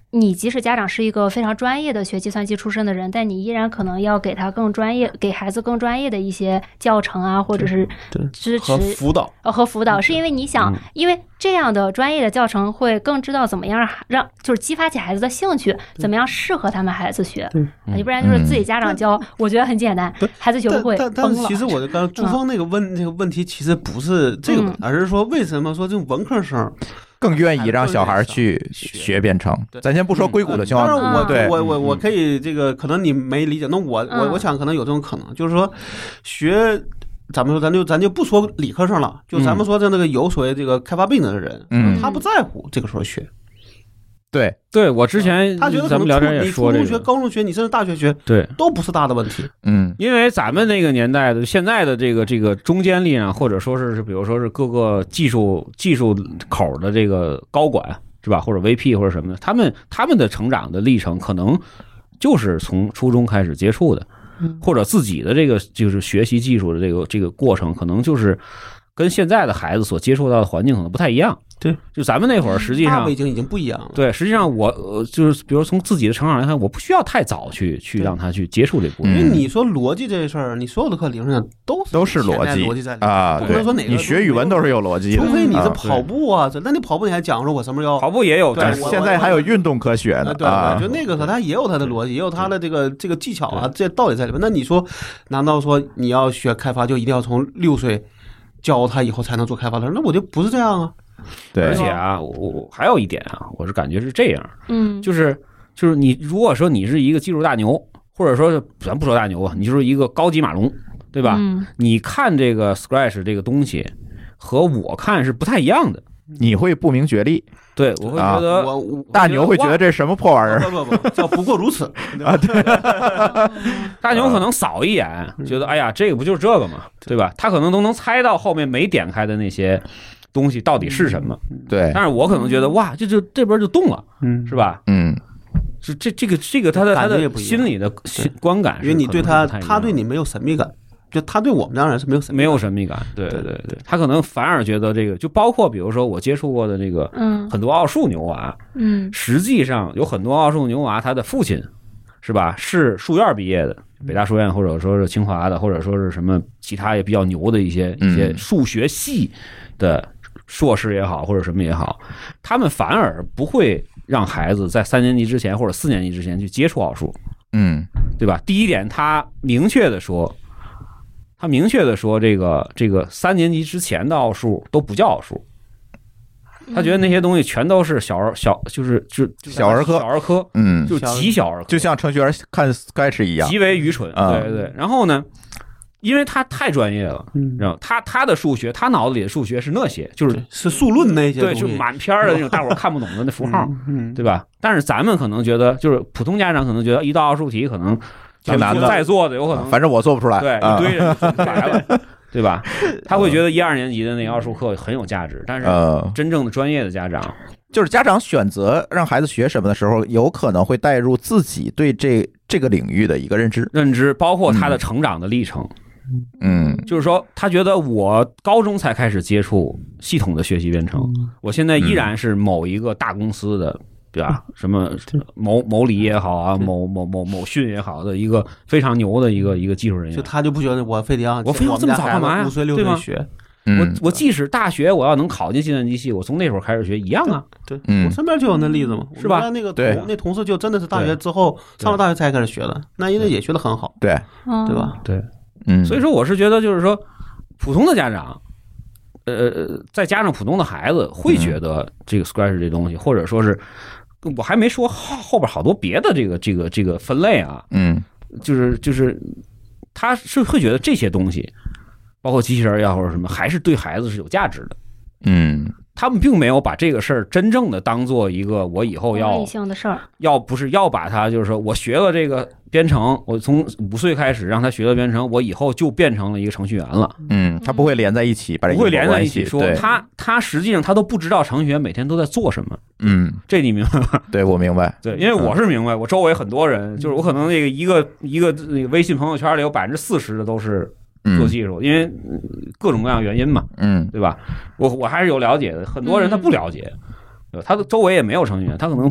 你即使家长是一个非常专业的学计算机出身的人，但你依然可能要给他更专业，给孩子更专业的一些教程啊，或者是支持和辅导， 是因为你想，因为这样的专业的教程会更知道怎么样让就是激发起孩子的兴趣，怎么样适合他们孩子学，你不然就是自己家长教，我觉得很简单，孩子学不会但其实我刚朱峰那个问题其实不是这个，而是说为什么说这种文科生更愿意让小孩去学编程？咱先不说硅谷的情况， 我可以这个可能你没理解，那我想可能有这种可能，就是说学。咱就不说理科生了，就咱们说的那个有所谓这个开发背景的人，他不在乎这个时候学。 对，我之前他觉得咱们聊天也说这个， 你初中学、高中学，你甚至大学学， 对， 都不是大的问题。 因为咱们那个年代的现在的这个中坚力量，或者说是比如说是各个技术口的这个高管是吧，或者 VP 或者什么的，他们的成长的历程可能就是从初中开始接触的，或者自己的这个就是学习技术的这个过程，可能就是跟现在的孩子所接触到的环境可能不太一样。 对， 就咱们那会儿实际上背景已经不一样了。 对，实际上我就是比如从自己的成长来看，我不需要太早去让他去接触这部分。 因为你说逻辑这事儿，你所有的课理论上都是逻辑在里面啊。 不能说哪个你学语文都是有逻辑的， 除非你是跑步啊，那你跑步你还讲说我什么要跑步也有， 对，现在还有运动科学呢。 对，就那个它也有它的逻辑，也有它的这个技巧啊，这道理在里面。那你说，难道说你要学开发就一定要从6岁教他以后才能做开发的？那我就不是这样啊。 对， 而且啊，我还有一点啊，我是感觉是这样，就是你如果说你是一个技术大牛，或者说咱不说大牛吧，你就是一个高级马龙，对吧？你看这个 Scratch 这个东西和我看是不太一样的， 你会不明觉厉。 对，我会觉得大牛会觉得这是什么破玩意儿？ 不，叫不过如此啊！对， 大牛可能扫一眼，觉得哎呀，这个不就是这个嘛，对吧？他可能都能猜到后面没点开的那些东西到底是什么。 对， 但是我可能觉得哇，这边就动了，是吧？是这个他的心理的观感， 因为你对他对你没有神秘感。就他对我们当然是没有神秘感，对，他可能反而觉得这个，就包括比如说我接触过的这个，很多奥数牛娃，实际上有很多奥数牛娃，他的父亲是吧，是书院毕业的，北大书院或者说是清华的，或者说是什么其他也比较牛的一些数学系的硕士也好，或者什么也好，他们反而不会让孩子在3年级之前或者4年级之前去接触奥数，对吧？第一点，他明确的说，这个3年级之前的奥数都不叫奥数，他觉得那些东西全都是小儿科，就极小儿科， 就像程序员看 Sketch 一样， 极为愚蠢。对。然后呢，因为他太专业了，然后他的数学，他脑子里的数学是那些， 是数论那些， 对，就满篇的那种大伙看不懂的那符号，对吧？但是咱们可能觉得，就是普通家长可能觉得一道奥数题可能挺难的， 在座的有可能， 反正我做不出来， 对，一堆人做不出来了，对吧？他会觉得1、2年级的那个奥数课很有价值，但是真正的专业的家长， 就是家长选择让孩子学什么的时候，有可能会带入自己对这个领域的一个认知， 包括他的成长的历程。就是说，他觉得我高中才开始接触系统的学习编程，我现在依然是某一个大公司的。对吧？什么某理也好啊，某讯也好的一个非常牛的一个技术人员， 就他就不觉得我非得要这么早干嘛呀 ？5岁6岁学， 我即使大学我要能考进计算机系，我从那会儿开始学一样啊。 对，我身边就有那例子嘛， 是吧？ 那同事就真的是大学之后上了大学才开始学的，那因为也学得很好， 对吧？ 对，所以说我是觉得就是说，普通的家长。再加上普通的孩子会觉得这个 Scratch 这东西，或者说是我还没说后边好多别的这个分类啊，就是他是会觉得这些东西，包括机器人呀或者什么，还是对孩子是有价值的，他们并没有把这个事儿真正的当做一个我以后要性的事儿， 不是要把它就是说我学了这个编程，我从5岁开始让他学了编程，我以后就变成了一个程序员了。 他不会连在一起，不会连在一起说他实际上他都不知道程序员每天都在做什么。这你明白吗？ 对，我明白。 对，因为我是明白，我周围很多人，就是我可能那个一个那个微信朋友圈里有40%的都是做技术，因为各种各样原因嘛，对吧？我还是有了解的，很多人他不了解，他的周围也没有程序员，他可能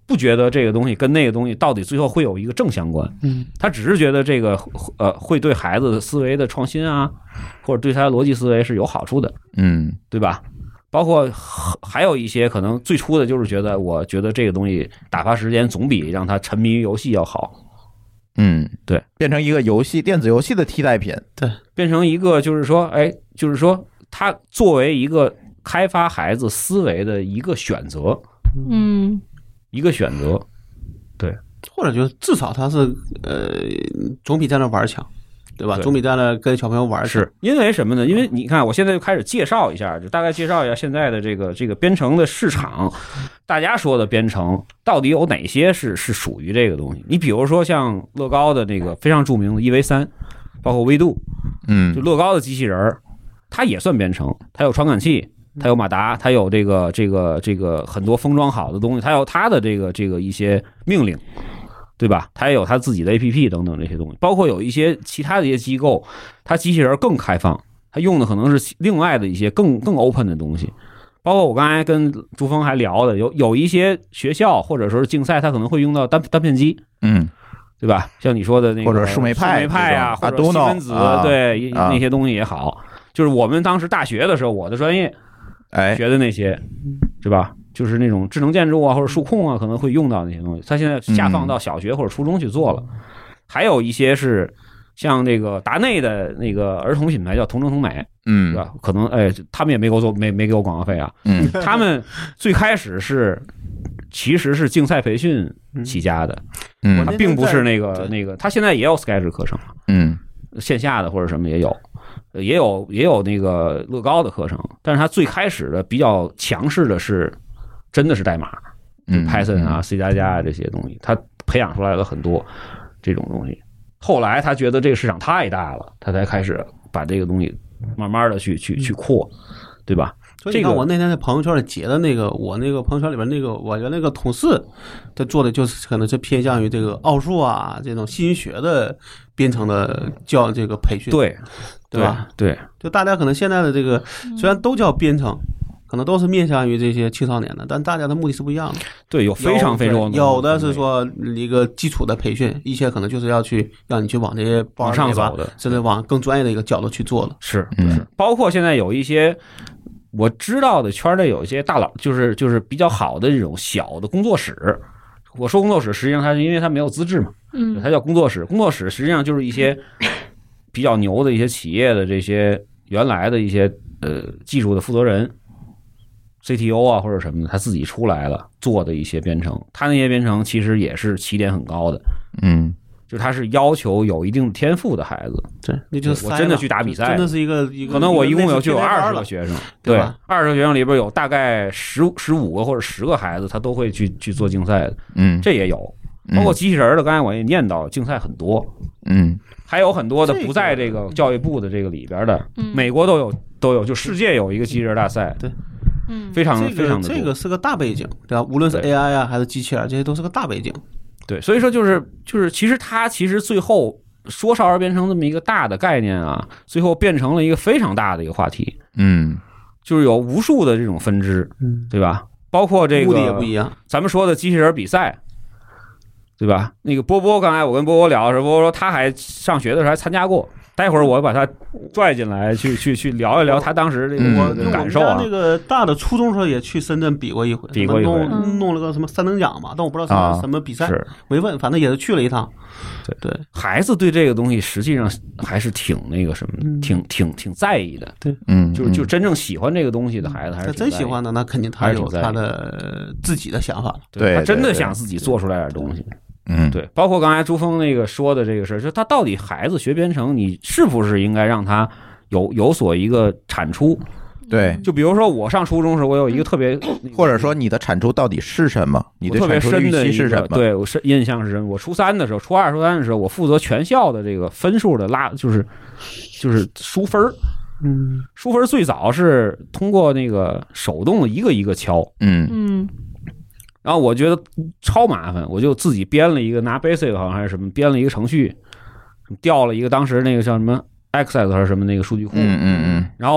不觉得这个东西跟那个东西到底最后会有一个正相关，他只是觉得这个会对孩子的思维的创新啊，或者对他的逻辑思维是有好处的，对吧？包括还有一些可能最初的就是觉得，我觉得这个东西打发时间总比让他沉迷于游戏要好。对， 变成一个电子游戏的替代品， 对， 变成一个就是说，它作为一个开发孩子思维的一个选择，一个选择，对， 或者就至少它是总比在那玩强，对吧？总比在那跟小朋友玩强。 是因为什么呢？因为你看，我现在就开始介绍一下，就大概介绍一下现在的这个编程的市场。大家说的编程到底有哪些是属于这个东西？你比如说像乐高的那个非常著名的1v3，包括微度，就乐高的机器人，它也算编程，它有传感器，它有马达，它有这个很多封装好的东西，它有它的这个一些命令，对吧？它也有它自己的 APP 等等这些东西，包括有一些其他的一些机构，它机器人更开放，它用的可能是另外的一些更 open 的东西。包括我刚才跟朱峰还聊的，有一些学校或者说是竞赛，它可能会用到单片机，对吧？像你说的那个或者树莓派啊，或者西门子，对那些东西也好，就是我们当时大学的时候，我的专业学的那些，是吧？就是那种智能建筑啊或者数控啊，可能会用到那些东西。它现在下放到小学或者初中去做了，还有一些是。像那个达内的那个儿童品牌叫同城同美，对吧？可能他们也没给我做没给我广告费啊，他们最开始其实是竞赛培训起家的，他并不是那个，他现在也有 Sketch 课程，线下的或者什么也有那个乐高的课程，但是他最开始的比较强势的是真的是代码，就 Python 啊 C++ 啊这些东西，他培养出来了很多这种东西。后来他觉得这个市场太大了，他才开始把这个东西慢慢的去扩，对吧？ 所以你看我那天在朋友圈里截的那个，我那个朋友圈里边那个我原来那个同事，他做的就是可能是偏向于这个奥数啊这种信息学的编程的这个培训，对吧？对，就大家可能现在的这个虽然都叫编程。可能都是面向于这些青少年的，但大家的目的是不一样的。 对，有非常非常有的是说一个基础的培训，一些可能就是让你去往这些往上走的， 甚至往更专业的一个角度去做的。 是，包括现在有一些我知道的圈内有一些大佬，就是比较好的这种小的工作室。我说工作室，实际上它是因为它没有资质嘛，它叫工作室。工作室实际上就是一些比较牛的一些企业的这些原来的一些技术的负责人。CTO 啊或者什么的，他自己出来了做的一些编程，他那些编程其实也是起点很高的，就他是要求有一定天赋的孩子， 对，那就是我真的去打比赛， 真的是一个可能我一共就有20个学生，对，20个学生里边有大概15个或者10个孩子，他都会去做竞赛的，这也有，包括机器人的，刚才我也念到竞赛很多，还有很多的不在这个教育部的这个里边的，美国都有，就世界有一个机器人大赛， 对。 非常非常的这个是个大背景，对吧？无论是 AI 啊还是机器人，这些都是个大背景。 对，所以说就是其实最后说少儿编程这么一个大的概念啊，最后变成了一个非常大的一个话题。就是有无数的这种分支，对吧？包括这个目的也不一样。 咱们说的机器人比赛，对吧？那个波波，刚才我跟波波聊的时候，波波说他还上学的时候还参加过。待会儿我把他拽进来，去聊一聊他当时这个感受啊。 那个大的初中时候也去深圳比过一回，弄了个什么3等奖嘛，但我不知道什么比赛，没问，反正也是去了一趟。对， 孩子对这个东西实际上还是挺那个什么，挺在意的。 对， 就真正喜欢这个东西的孩子，还是真喜欢的，那肯定他有他的自己的想法， 对，他真的想自己做出来点东西。对，包括刚才朱峰那个说的这个事儿，就他到底孩子学编程，你是不是应该让他有所一个产出？ 对， 就比如说我上初中时，我有一个特别， 或者说你的产出到底是什么？你对特别深的是什么？ 对我印象是什么？我初2的时候，我负责全校的这个分数的就是书分儿。书分最早是通过那个手动一个一个敲。然后我觉得超麻烦，我就自己编了一个拿 Basic 好像还是什么，编了一个程序，调了一个当时那个叫什么 Access 还是什么那个数据库，然后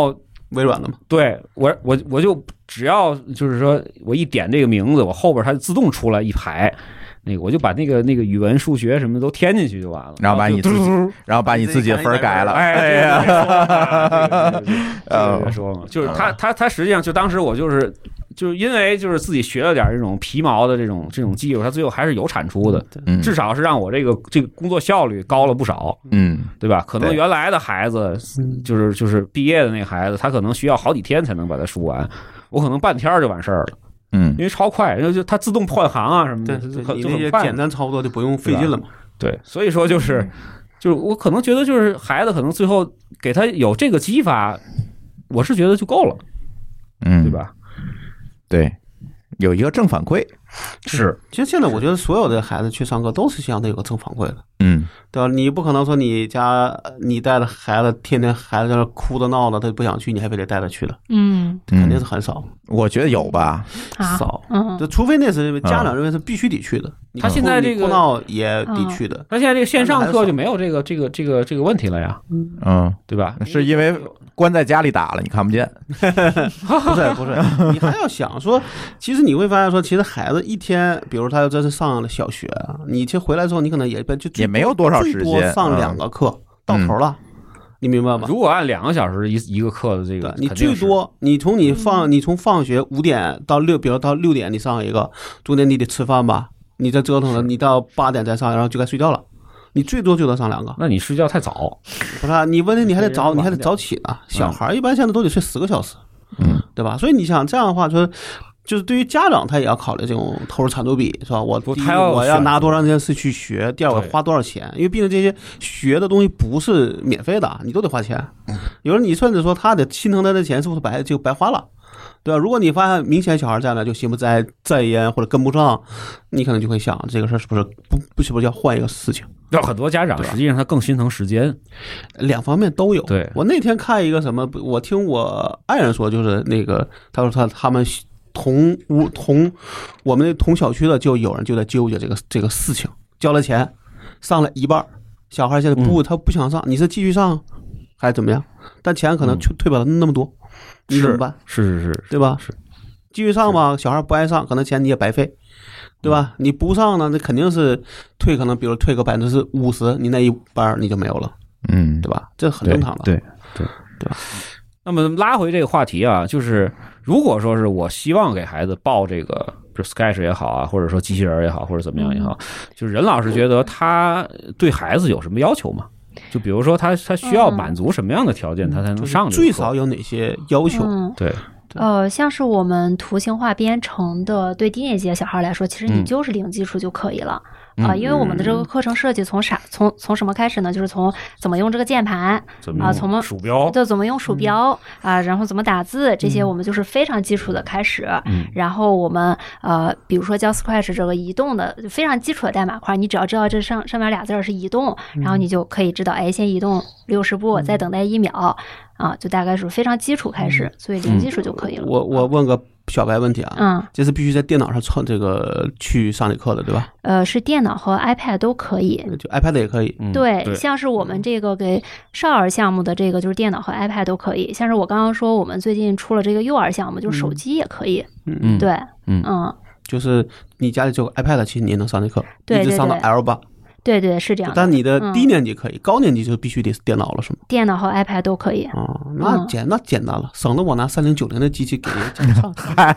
微软的嘛。 对我就只要就是说我一点这个名字，我后边它就自动出来一排。那个我就把那个语文、数学什么都填进去就完了， 然后把你自己的分改了。 哎呀，说嘛，就是他实际上就当时我就是因为就是自己学了点这种皮毛的这种技术，他最后还是有产出的，至少是让我这个工作效率高了不少，对吧？可能原来的孩子就是毕业的那个孩子，他可能需要好几天才能把它输完，我可能半天就完事儿了。因为超快，就它自动换行啊什么的， 你那些简单操作就不用费劲了嘛。 对，所以说就是我可能觉得就是孩子可能最后给他有这个激发，我是觉得就够了，对吧？ 对，有一个正反馈是。 其实现在我觉得所有的孩子去上课都是相对有个正反馈的，对吧？你不可能说你带的孩子天天孩子在那哭的闹的，他不想去，你还非得带他去的，肯定是很少。 我觉得有吧， 少，就除非那是家长认为是必须得去的， 他现在这个哭闹也得去的。 他现在这个线上课就没有这个问题了呀，对吧？ 是因为关在家里打了，你看不见。 不是，你还要想说，其实你会发现说，其实孩子一天，比如他这是上了小学，你其实回来之后，你可能也没有多少时间， 最多上2个课，到头了。你明白吗？ 如果按2个小时一个课的这个， 你最多你从放学5点到6，比如到6点你上一个，中间你得吃饭吧，你再折腾了，你到8点再上，然后就该睡觉了。你最多上2个。 那你睡觉太早， 不是？你问题你还得早起呢。小孩一般现在都得睡10个小时，对吧？所以你想这样的话，就是对于家长他也要考虑这种投入产出比，是吧？我要拿多长时间是去学，第二我花多少钱，因为毕竟这些学的东西不是免费的，你都得花钱。有人你甚至说他的心疼他的钱是不是白花了，对吧？如果你发现明显小孩这样的就心不在焉或者跟不上，你可能就会想这个事儿是不是要换一个事情。 要很多家长实际上他更心疼时间 ，2方面都有。 对， 我那天看一个什么，我听我爱人说，就是那个他说他们同我们同小区的就有人就在纠结这个事情，交了钱上了一半，小孩现在他不想上，你是继续上还是怎么样？但钱可能退不了那么多，你怎么办？ 是， 对吧？是继续上吧，小孩不爱上，可能钱你也白费，对吧？你不上呢，那肯定是退，可能比如退个50%，你那一班你就没有了，对吧？这很正常的， 对吧？那么拉回这个话题啊，就是如果说是我希望给孩子报这个，比如 Sketch 也好啊，或者说机器人也好，或者怎么样也好，就是任老师觉得他对孩子有什么要求吗？就比如说他需要满足什么样的条件，他才能上这个课？ 最少有哪些要求？ 对。 像是我们图形化编程的，对低年级的小孩来说，其实你就是零基础就可以了。因为我们的这个课程设计从什么开始呢？就是从怎么用这个键盘从鼠标， 对，怎么用鼠标然后怎么打字，这些我们就是非常基础的开始。然后我们比如说教 Scratch 这个移动的非常基础的代码块，你只要知道这上面俩字是移动，然后你就可以知道，先移动60步，再等待1秒就大概是非常基础开始，所以零基础就可以了。 我问个小白问题啊，这是必须在电脑上去上这课的，对吧？ 是电脑和 iPad 都可以， 就 iPad 也可以。 对，像是我们这个给少儿项目的这个，就是电脑和 iPad 都可以。像是我刚刚说，我们最近出了这个幼儿项目，就是手机也可以。对， 就是你家里只有 iPad， 其实你也能上这课， 对， 一直上到 L8。 对，是这样的。 但你的低年级可以，高年级就必须得是电脑了，是吗？ 电脑和 iPad 都可以。 那简单了，省得我拿3090的机器给人上。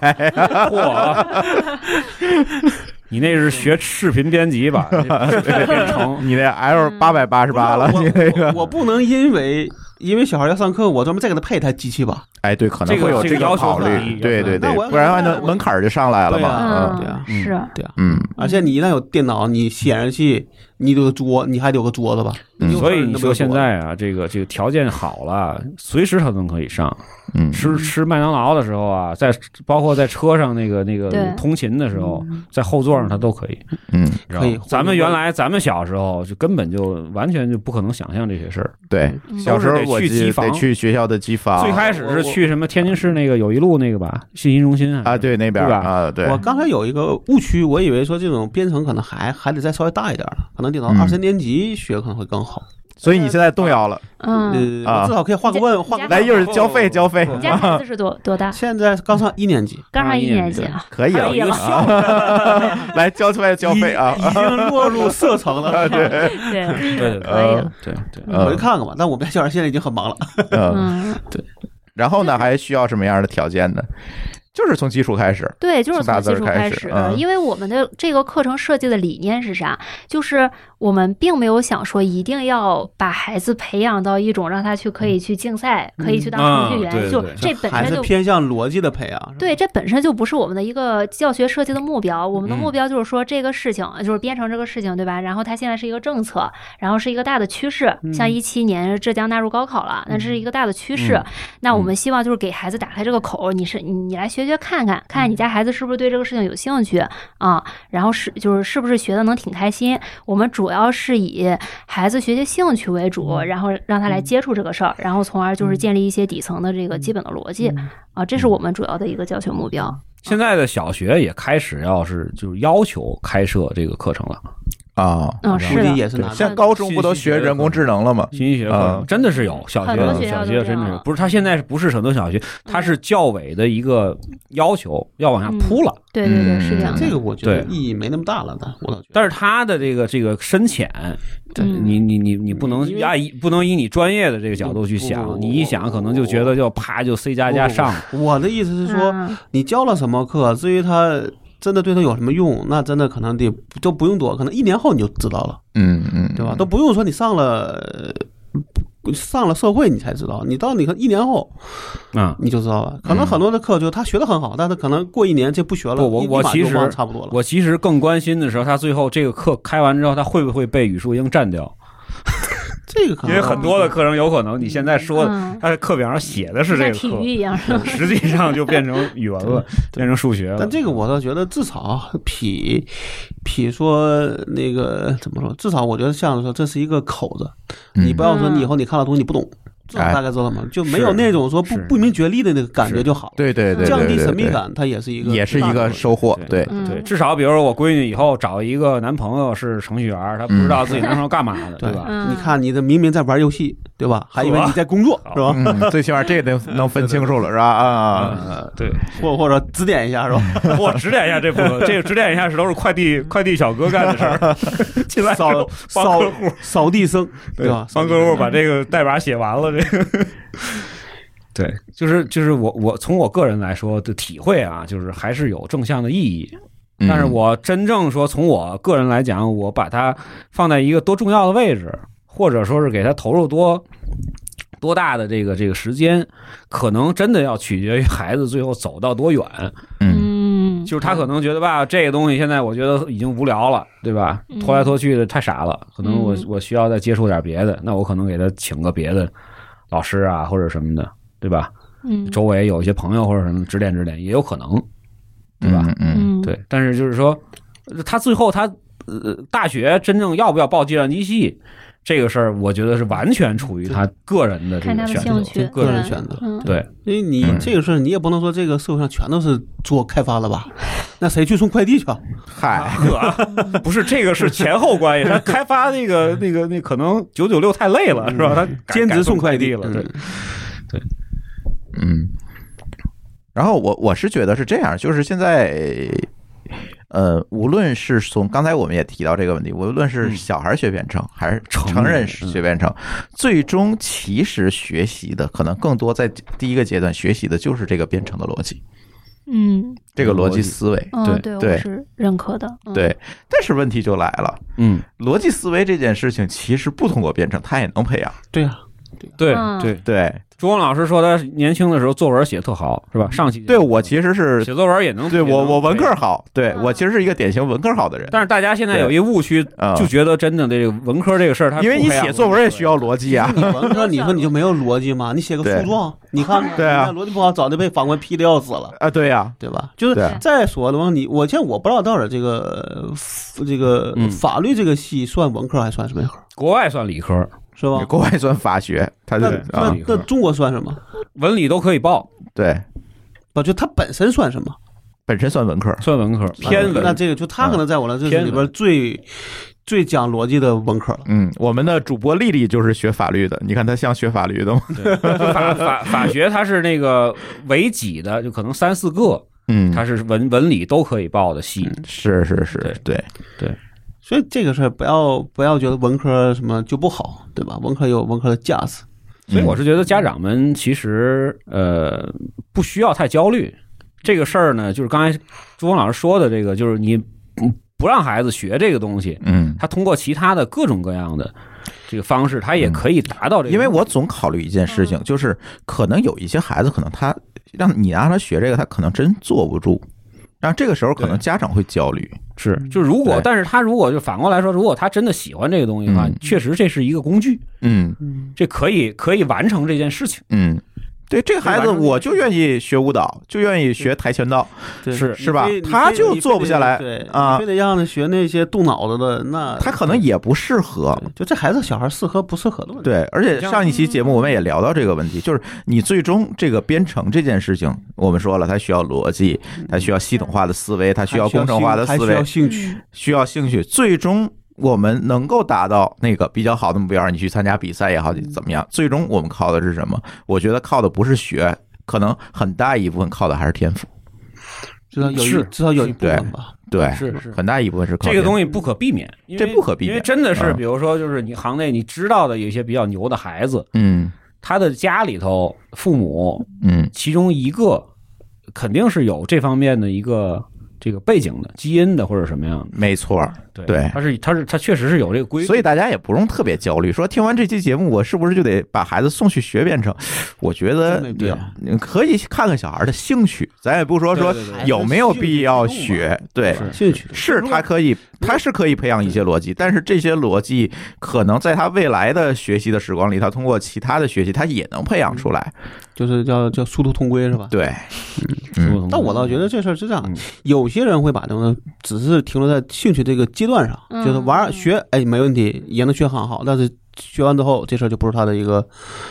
你那是学视频编辑吧？ 你那 L888了，你那个我不能因为小孩要上课，我专门再给他配一台机器吧？ 对，可能会有这个考虑。对，不然按照门槛就上来了嘛。 对啊， 是， 对啊，而且你一旦有电脑，你显示器，你有个桌，你还得有个桌子吧？ 所以你说现在啊，这个条件好了，随时他都可以上。吃麦当劳的时候啊，包括在车上那个通勤的时候，在后座上他都可以。 可以。 咱们小时候就根本就完全就不可能想象这些事儿。 对，小时候我得去学校的机房。 最开始是去什么天津市那个友谊路那个吧，信息中心啊， 对那边啊，对。 我刚才有一个误区，我以为说这种编程可能还得再稍微大一点的，可能得到2、3年级学可能会更好。 所以你现在动摇了。 我至少可以换个问， 来一会儿交费。 你家孩子是多大？ 现在刚上1年级， 刚上1年级啊， 可以了。来交出来交费啊， 已经落入社城了。 对，可以了。 对， 我去看看吧。但我们家小孩现在已经很忙了。 对。然后呢，还需要什么样的条件呢？就是从基础开始， 对，就是从基础开始。因为我们的这个课程设计的理念是啥？就是我们并没有想说一定要把孩子培养到一种让他可以去竞赛，可以去当程序员，就这本身就还是偏向逻辑的培养。 对，这本身就不是我们的一个教学设计的目标。我们的目标就是说这个事情，就是编程这个事情，对吧？然后它现在是一个政策，然后是一个大的趋势。像17年浙江纳入高考了，那这是一个大的趋势。那我们希望就是给孩子打开这个口，你来学看看你家孩子是不是对这个事情有兴趣啊？然后是不是学的能挺开心？我们主要是以孩子学习兴趣为主，然后让他来接触这个事儿，然后从而就是建立一些底层的这个基本的逻辑啊，这是我们主要的一个教学目标。 现在的小学也开始就是要求开设这个课程了。 是的， 也是像高中不都学人工智能了吗？ 信息学课真的是有，小学真的是不是？他现在不是很多小学，他是教委的一个要求，要往下铺了。 对，是这样的。 这个我觉得意义没那么大了， 但是他的这个深浅，你不能以你专业的这个角度去想，你一想可能就觉得就啪就 C++ 上。 我的意思是说，你教了什么课，至于他真的对他有什么用，那真的可能都不用多，可能1年后你就知道了，对吧？都不用说你上了社会你才知道，你到你看1年后你就知道了。可能很多的课就他学得很好，但是可能过1年这不学了， 我其实差不多了。 我其实更关心的时候，他最后这个课开完之后，他会不会被语数英占掉？ 这个可能因为很多的课程有可能你现在说他的课表上写的是这个课， 体育一样， 实际上就变成语文了，变成数学了。 但这个我倒觉得至少比说那个怎么说，至少我觉得像说这是一个口子，你不要说你以后你看到东西你不懂。大概知道吗？就没有那种说不明觉厉的那个感觉就好。 对， 降低神秘感，它也是一个收获。对， 至少比如说我闺女以后找一个男朋友是程序员，她不知道自己男朋友干嘛的，对吧？ 你看你的明明在玩游戏，对吧？还以为你在工作，是吧？ 最起码这个能分清楚了，是吧？ 对， 或者指点一下，是吧？ 我指点一下这个指点一下都是快递小哥干的事儿。进来扫地僧，对吧？ 帮客户把这个代码写完了。对，就是我从我个人来说的体会啊，就是还是有正向的意义。但是我真正说从我个人来讲，我把它放在一个多重要的位置，或者说是给它投入多大的这个时间，可能真的要取决于孩子最后走到多远。就是他可能觉得吧，这个东西现在我觉得已经无聊了，对吧？拖来拖去的太傻了，可能我需要再接触点别的，那我可能给他请个别的老师啊或者什么的，对吧？周围有一些朋友或者什么指点指点也有可能，对吧？对。但是就是说，他最后大学真正要不要报计算机系这个事儿，我觉得是完全处于他个人的这个选择， 个人选择。 对， 因为你这个事儿，你也不能说这个社会上全都是做开发了吧？那谁去送快递去？ 嗨， 不是这个是前后关系。他开发那可能996太累了，是吧？他兼职送快递了，对。 然后我是觉得是这样，就是现在。无论是从刚才我们也提到这个问题，无论是小孩学编程还是成人学编程，最终其实学习的可能更多在第一个阶段学习的就是这个编程的逻辑，这个逻辑思维， 对，我是认可的， 对。但是问题就来了，逻辑思维这件事情其实不通过编程它也能培养， 对啊， 对。 朱光老师说他年轻的时候作文写特好，是吧？上期对我其实是写作文也能， 对我文科好，对我其实是一个典型文科好的人。 但是大家现在有一误区，就觉得真的这个文科这个事儿， 因为你写作文也需要逻辑啊。 你文科你说你就没有逻辑吗？你写个诉状，你看对啊， 逻辑不好，早就被法官批的要死了啊。对呀， 对吧？就是再说的话，我现在我不知道到底这个法律这个系算文科还算什么科？ 国外算理科。 是吧？ 国外算法学， 那中国算什么？ 文理都可以报， 对， 就它本身算什么？ 本身算文科， 偏文。 那这个就他可能在我的这里边最讲逻辑的文科了。 我们的主播丽丽就是学法律的，你看她像学法律的吗？ 法学它是那个为几的，就可能3-4个，它是文理都可以报的系。 是，对。 所以这个事儿不要觉得文科什么就不好，对吧？文科有文科的价值。 所以我是觉得家长们其实不需要太焦虑。这个事儿呢，就是刚才朱峰老师说的这个，就是你不让孩子学这个东西，他通过其他的各种各样的这个方式，他也可以达到这个。 因为我总考虑一件事情，就是可能有一些孩子，可能他让他学这个，他可能真坐不住，然后这个时候可能家长会焦虑。 是，就如果，但是他如果就反过来说，如果他真的喜欢这个东西的话，确实这是一个工具，这可以完成这件事情， 对，这个孩子我就愿意学舞蹈，就愿意学跆拳道，是吧？他就做不下来， 对啊，非得让他学那些动脑子的，那他可能也不适合。 就这孩子小孩适合不适合的问题。 对，而且上一期节目我们也聊到这个问题，就是你最终这个编程这件事情，我们说了，它需要逻辑，它需要系统化的思维，它需要工程化的思维，需要兴趣，最终我们能够达到那个比较好的目标，你去参加比赛也好，怎么样？最终我们靠的是什么？我觉得靠的不是学，可能很大一部分靠的还是天赋， 至少有一部分吧。 对， 是很大一部分是靠这个东西不可避免， 这不可避免， 因为真的是，比如说，就是你行内你知道的有一些比较牛的孩子，他的家里头父母，其中一个肯定是有这方面的一个这个背景的基因的或者什么样的， 没错，对， 他确实是有这个规律， 所以大家也不用特别焦虑，说听完这期节目我是不是就得把孩子送去学编程？我觉得可以看看小孩的兴趣，咱也不说有没有必要学，对， 兴趣是他是可以培养一些逻辑，但是这些逻辑可能在他未来的学习的时光里，他通过其他的学习，他也能培养出来， 就是叫殊途同归是吧？ 对， 但我倒觉得这事儿是这样，有些人会把这个只是停留在兴趣这个阶段上，就是玩学，哎，没问题，也能学很好，但是学完之后，这事儿就不是他的一个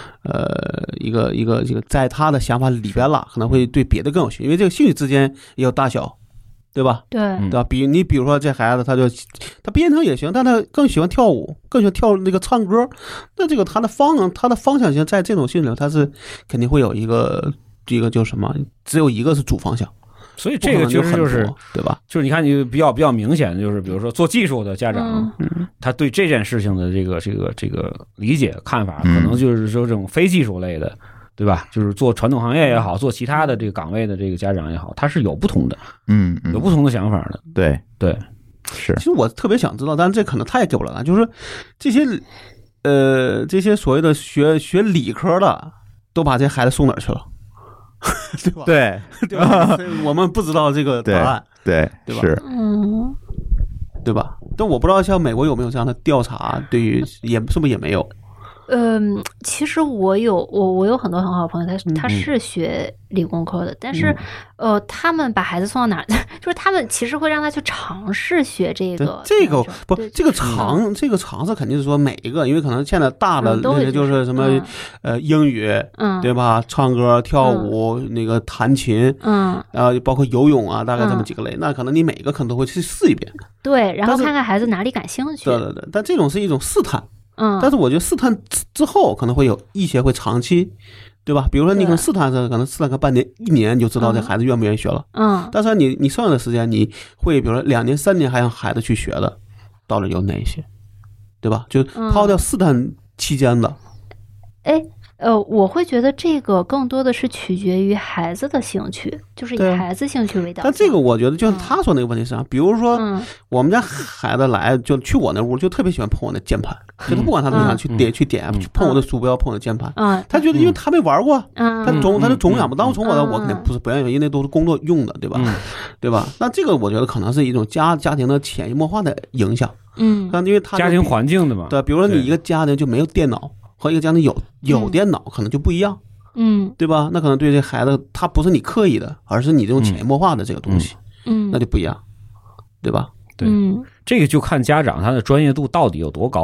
在他的想法里边了，可能会对别的更有兴趣，因为这个兴趣之间也有大小。对吧？ 对吧？比如说这孩子，他编程也行，但他更喜欢跳舞，更喜欢跳那个唱歌。那这个他的方向性在这种兴趣里，他是肯定会有一个就是什么，只有一个是主方向。 所以这个其实就是对吧？ 就是你看，你比较明显的就是，比如说做技术的家长，他对这件事情的这个理解看法，可能就是说这种非技术类的。对吧？就是做传统行业也好，做其他的这个岗位的这个家长也好，他是有不同的，有不同的想法的。 对，是。 其实我特别想知道，但是这可能他也给不了答案，就是这些所谓的学理科的，都把这孩子送哪儿去了？对吧？对吧？我们不知道这个答案， 对吧？ 是， 对吧？但我不知道像美国有没有这样的调查，对于是不是也没有？ 其实我有很多很好的朋友，他是学理工科的，但是他们把孩子送到哪儿，就是他们其实会让他去尝试学这个不，这个尝试肯定是说每一个，因为可能现在大的那个就是什么英语，对吧？唱歌、跳舞，那个弹琴，包括游泳啊，大概这么几个类，那可能你每一个可能都会去试一遍， 对，然后看看孩子哪里感兴趣， 对，但这种是一种试探。但是我觉得试探之后可能会有一些会长期，对吧？比如说你可能试探个半年、1年，你就知道这孩子愿不愿意学了。但是你剩下的时间，你会比如说2年、3年还让孩子去学的，到底有哪些，对吧？就抛掉试探期间的。 我会觉得这个更多的是取决于孩子的兴趣，就是以孩子兴趣为导向。 但这个我觉得就像他说那个问题上，比如说我们家孩子来就去我那屋，就特别喜欢碰我那键盘，就他不管他怎么样去点去碰我的鼠标，碰我的键盘，他觉得因为他没玩过，他就总想不到从我肯定不是不愿意，因为那都是工作用的，对吧？对吧？那这个我觉得可能是一种家庭的潜移默化的影响，因为他家庭环境的嘛， 对，比如说你一个家庭就没有电脑。和一个家庭有电脑可能就不一样，对吧？那可能对这孩子他不是你刻意的，而是你这种潜移默化的这个东西，那就不一样，对吧？ 对，这个就看家长他的专业度到底有多高。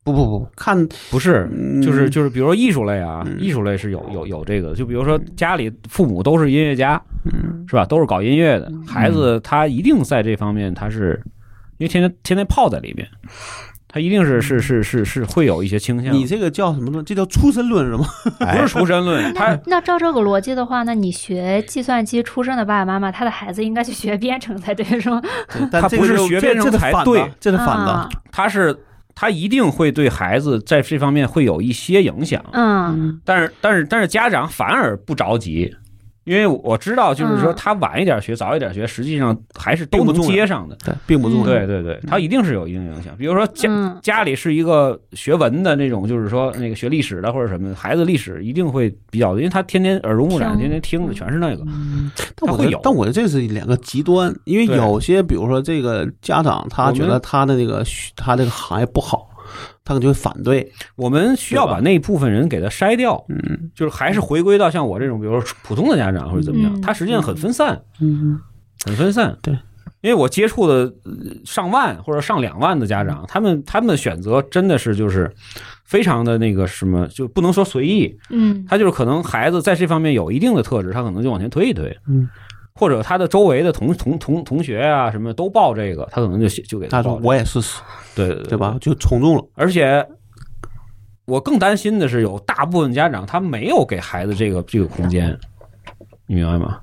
不看不是，就是比如说艺术类啊，艺术类是有这个，就比如说家里父母都是音乐家，是吧？都是搞音乐的，孩子他一定在这方面他是因为天天泡在里面。他一定是会有一些倾向。 你这个叫什么呢？这叫出身论是吗？ 不是出身论。 那照这个逻辑的话，那你学计算机出身的爸爸妈妈，他的孩子应该去学编程才对，是吗？ 他不是学编程才对， 这是反的。 他一定会对孩子在这方面会有一些影响。但是家长反而不着急。因为我知道，就是说他晚一点学，早一点学，实际上还是都能接上的， 对，并不重要。 对，他一定是有一定影响。比如说家里是一个学文的那种，就是说那个学历史的或者什么，孩子历史一定会比较，因为他天天耳濡目染，天天听的全是那个。 但会有，但我这是两个极端，因为有些比如说这个家长他觉得他的这个行业不好。他可能就会反对， 我们需要把那一部分人给他筛掉，就是还是回归到像我这种，比如说普通的家长或者怎么样，他实际上很分散，很分散， 对， 因为我接触的上万或者上2万的家长，他们的选择真的是就是非常的那个什么，就不能说随意，他就是可能孩子在这方面有一定的特质，他可能就往前推一推，或者他的周围的同学啊什么都报这个，他可能就给他说我也试试，对吧？就从众了。 而且我更担心的是，有大部分家长他没有给孩子这个空间，你明白吗？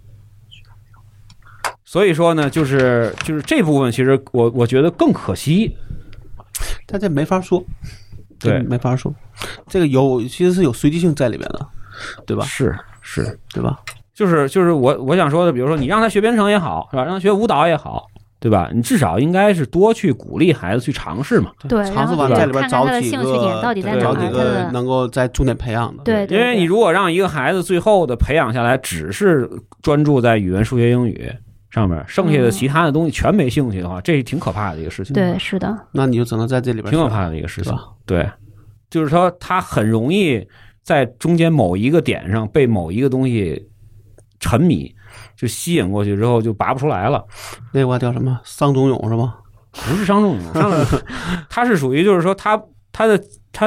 所以说呢，就是这部分，其实我觉得更可惜。 但这没法说， 对， 没法说。这个其实是有随机性在里面的，对吧？ 是， 对吧？ 就是我想说的，比如说你让他学编程也好，是吧？让他学舞蹈也好，对吧？你至少应该是多去鼓励孩子去尝试嘛。 对， 尝试完在里边找几个能够在重点培养的。 对， 因为你如果让一个孩子最后的培养下来，只是专注在语文、数学、英语上面，剩下的其他的东西全没兴趣的话，这是挺可怕的一个事情。 对，是的。 那你就只能在这里边。 挺可怕的一个事情。对，就是说他很容易在中间某一个点上被某一个东西沉迷，就吸引过去之后就拔不出来了。 那话叫什么？伤仲永是吗？ 不是伤仲永，他是属于就是说他的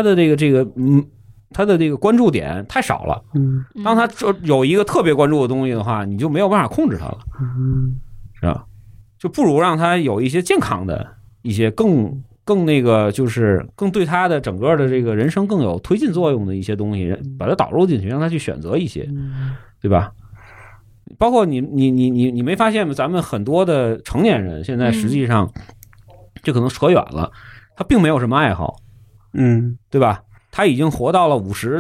他的这个关注点太少了。当他有一个特别关注的东西的话，你就没有办法控制他了。是吧？就不如让他有一些健康的一些更那个，就是更对他的整个的这个人生更有推进作用的一些东西，把它导入进去，让他去选择一些，对吧？包括你没发现吗？咱们很多的成年人现在实际上，这可能扯远了，他并没有什么爱好，对吧？他已经活到了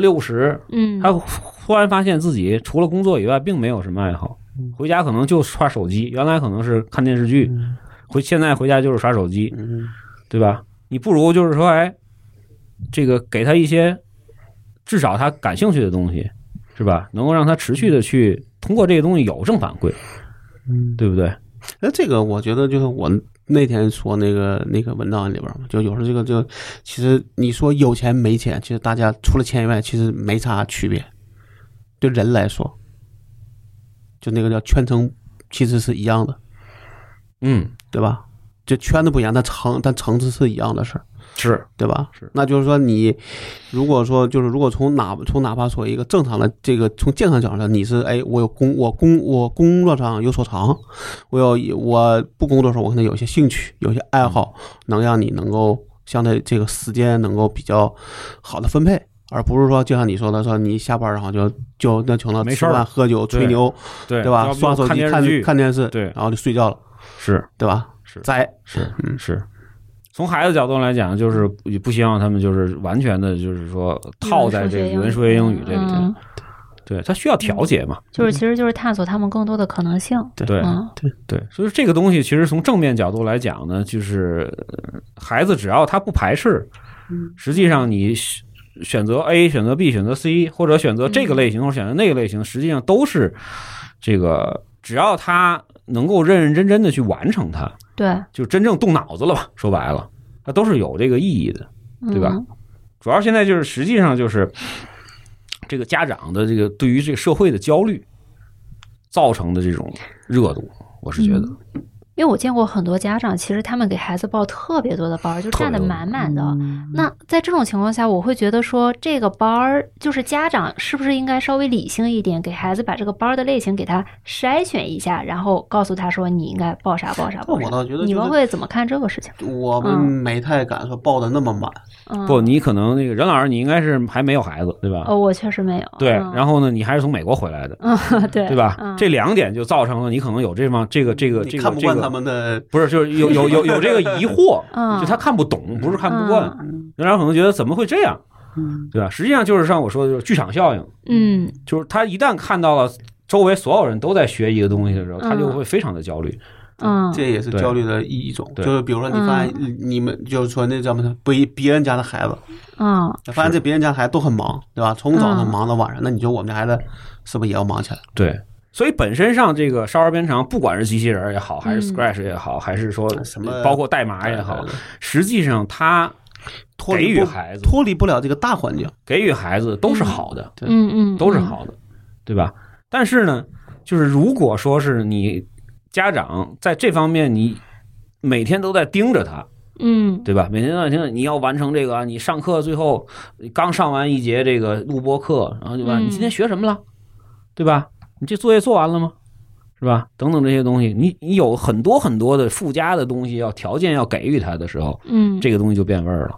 50、60，他忽然发现自己除了工作以外，并没有什么爱好，回家可能就刷手机，原来可能是看电视剧，现在回家就是刷手机，对吧？你不如就是说，这个给他一些至少他感兴趣的东西，是吧？能够让他持续的去通过这个东西有正反馈，对不对？ 这个我觉得就是我那天说那个文章里边嘛，就有时候这个就其实你说有钱没钱，其实大家除了钱以外，其实没啥区别。对人来说，就那个叫圈层，其实是一样的，对吧？就圈子不一样，但层次是一样的事儿， 是对吧？ 是， 那就是说你如果从哪怕说一个正常的这个从健康角度上，你是我工作上有所长，我不工作的时候我可能有些兴趣，有些爱好，能让你能够相对这个时间能够比较好的分配，而不是说就像你说的，说你下班然后就那成了吃饭喝酒吹牛，对吧？刷手机看电视， 对， 然后就睡觉了， 是对吧？ 是。从孩子角度来讲，就是不希望他们就是完全的，就是说套在这个语文、数学、英语这里面。对，他需要调节嘛。 其实就是探索他们更多的可能性。 对。所以这个东西其实从正面角度来讲呢，就是孩子只要他不排斥，实际上你选择 A、选择 B、选择 C， 或者选择这个类型或者选择那个类型，实际上都是这个，只要他能够认认真真的去完成它， 对， 就真正动脑子了吧，说白了它都是有这个意义的，对吧？主要现在就是实际上就是这个家长的这个对于这个社会的焦虑造成的这种热度，我是觉得因为我见过很多家长，其实他们给孩子报特别多的班，就占得满满的。那在这种情况下，我会觉得说，这个班就是家长是不是应该稍微理性一点，给孩子把这个班的类型给他筛选一下，然后告诉他说你应该报啥报啥报啥。 我倒觉得你们会怎么看这个事情？ 我们没太敢说报的那么满。 不，你可能那个任老师，你应该是还没有孩子，对吧？ 我确实没有。 对，然后呢，你还是从美国回来的，对吧？这2点就造成了你可能有这个看不惯他们的， 不是，就是有这个疑惑，就他看不懂，不是看不惯，任老师可能觉得怎么会这样，对吧？实际上就是像我说的，就是剧场效应，就是他一旦看到了周围所有人都在学一个东西的时候，他就会非常的焦虑。 这也是焦虑的一种，就是比如说你发现你们就是说那叫什么别人家的孩子，发现这别人家孩子都很忙，对吧？从早上忙到晚上，那你说我们家孩子是不是也要忙起来？ 对，所以本身上这个少儿编程，不管是机器人也好，还是 Scratch 也好，还是说什么包括代码也好，实际上它给予孩子脱离不了这个大环境， 给予孩子都是好的，都是好的，对吧？但是呢，就是如果说是你家长在这方面你每天都在盯着他，对吧？每天都在盯着你要完成这个，你上课最后刚上完一节这个录播课，然后对吧？你今天学什么了，对吧？你这作业做完了吗？是吧？等等这些东西，你有很多很多的附加的东西条件要给予他的时候，这个东西就变味儿了，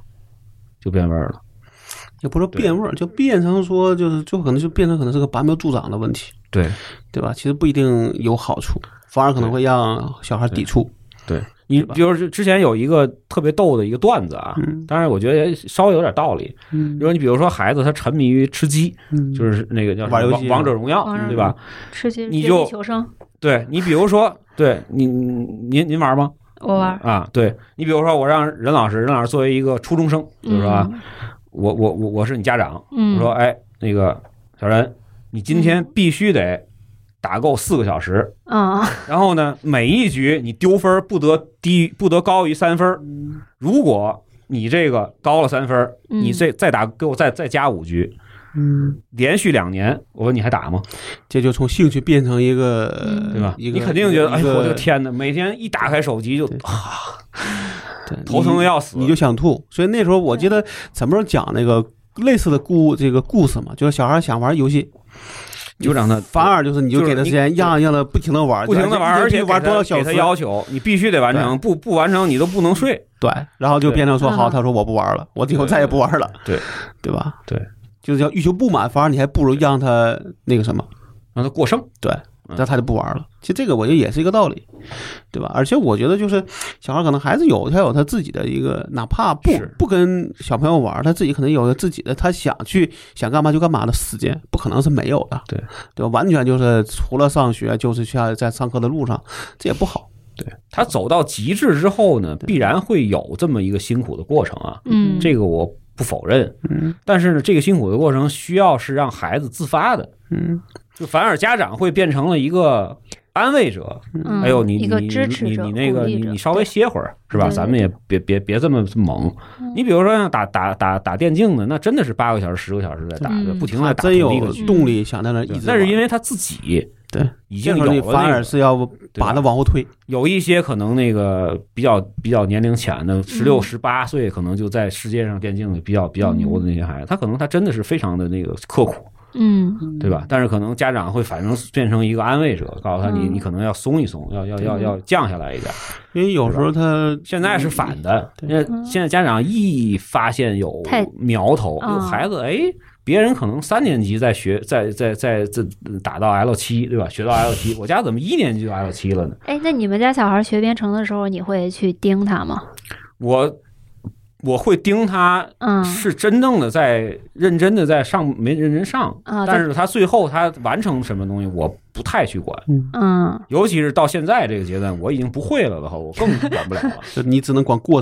也不是变味儿，就变成说就可能就变成可能是个拔苗助长的问题，对吧？其实不一定有好处，反而可能会让小孩抵触。 对，你比如说之前有一个特别逗的一个段子啊，当然我觉得稍微有点道理。你比如说孩子他沉迷于吃鸡，就是那个叫玩游戏王者荣耀，对吧？ 吃鸡， 你就求生。 对，你比如说，对您玩吗？ 我玩啊。对，你比如说我让任老师作为一个初中生，就是说我是你家长，我说哎，那个小任，你今天必须得打够4个小时，然后呢，每一局你丢分不得高于3分，如果你这个高了3分，你再打给我再加5局，连续2年，我问你还打吗？ 这就从兴趣变成一个，对吧？ 你肯定觉得，哎，我的天哪！每天一打开手机就头疼的要死， 你就想吐。所以那时候我记得咱们讲那个类似的故事嘛，就是小孩想玩游戏， 就让他反而就是你就给他时间，让他不停的玩， 而且玩多少小时， 给他要求你必须得完成，不完成你都不能睡。 对，然后就变成说好，他说我不玩了，我以后再也不玩了，对吧？ 对。 就是叫欲求不满，反而你还不如让他那个什么， 让他过剩， 对，那他就不玩了。其实这个我觉得也是一个道理，对吧？而且我觉得就是小孩可能还是有他自己的一个，哪怕不跟小朋友玩，他自己可能有自己的他想干嘛就干嘛的时间，不可能是没有的，对吧？完全就是除了上学就是在上课的路上，这也不好。 对，他走到极致之后呢，必然会有这么一个辛苦的过程啊。这个我不否认，但是呢，这个辛苦的过程需要是让孩子自发的，就反而家长会变成了一个安慰者，哎呦，你那个你稍微歇会儿是吧？咱们也别这么猛。你比如说像打电竞的，那真的是8个小时10个小时在打，不停的打， 真有动力想在那一直。 那是因为他自己已经有了， 反而是要把它往后推。 有一些可能那个比较年龄浅的16、18岁，可能就在世界上电竞里比较牛的那些孩子，他可能他真的是非常的那个刻苦，对吧？但是可能家长会反正变成一个安慰者，告诉他你可能要松一松，要降下来一点。 因为有时候他现在是反的，现在家长一发现有苗头，孩子别人可能3年级在学，在打到 L7， 对吧？学到 L7， 我家怎么1年级就 L7 了呢？ 那你们家小孩学编程的时候，你会去盯他吗？ 我会盯他，是真正的在认真的在上，没认真上，但是他最后他完成什么东西，我不太去管，尤其是到现在这个阶段，我已经不会了，我更管不了了。 就你只能管过程。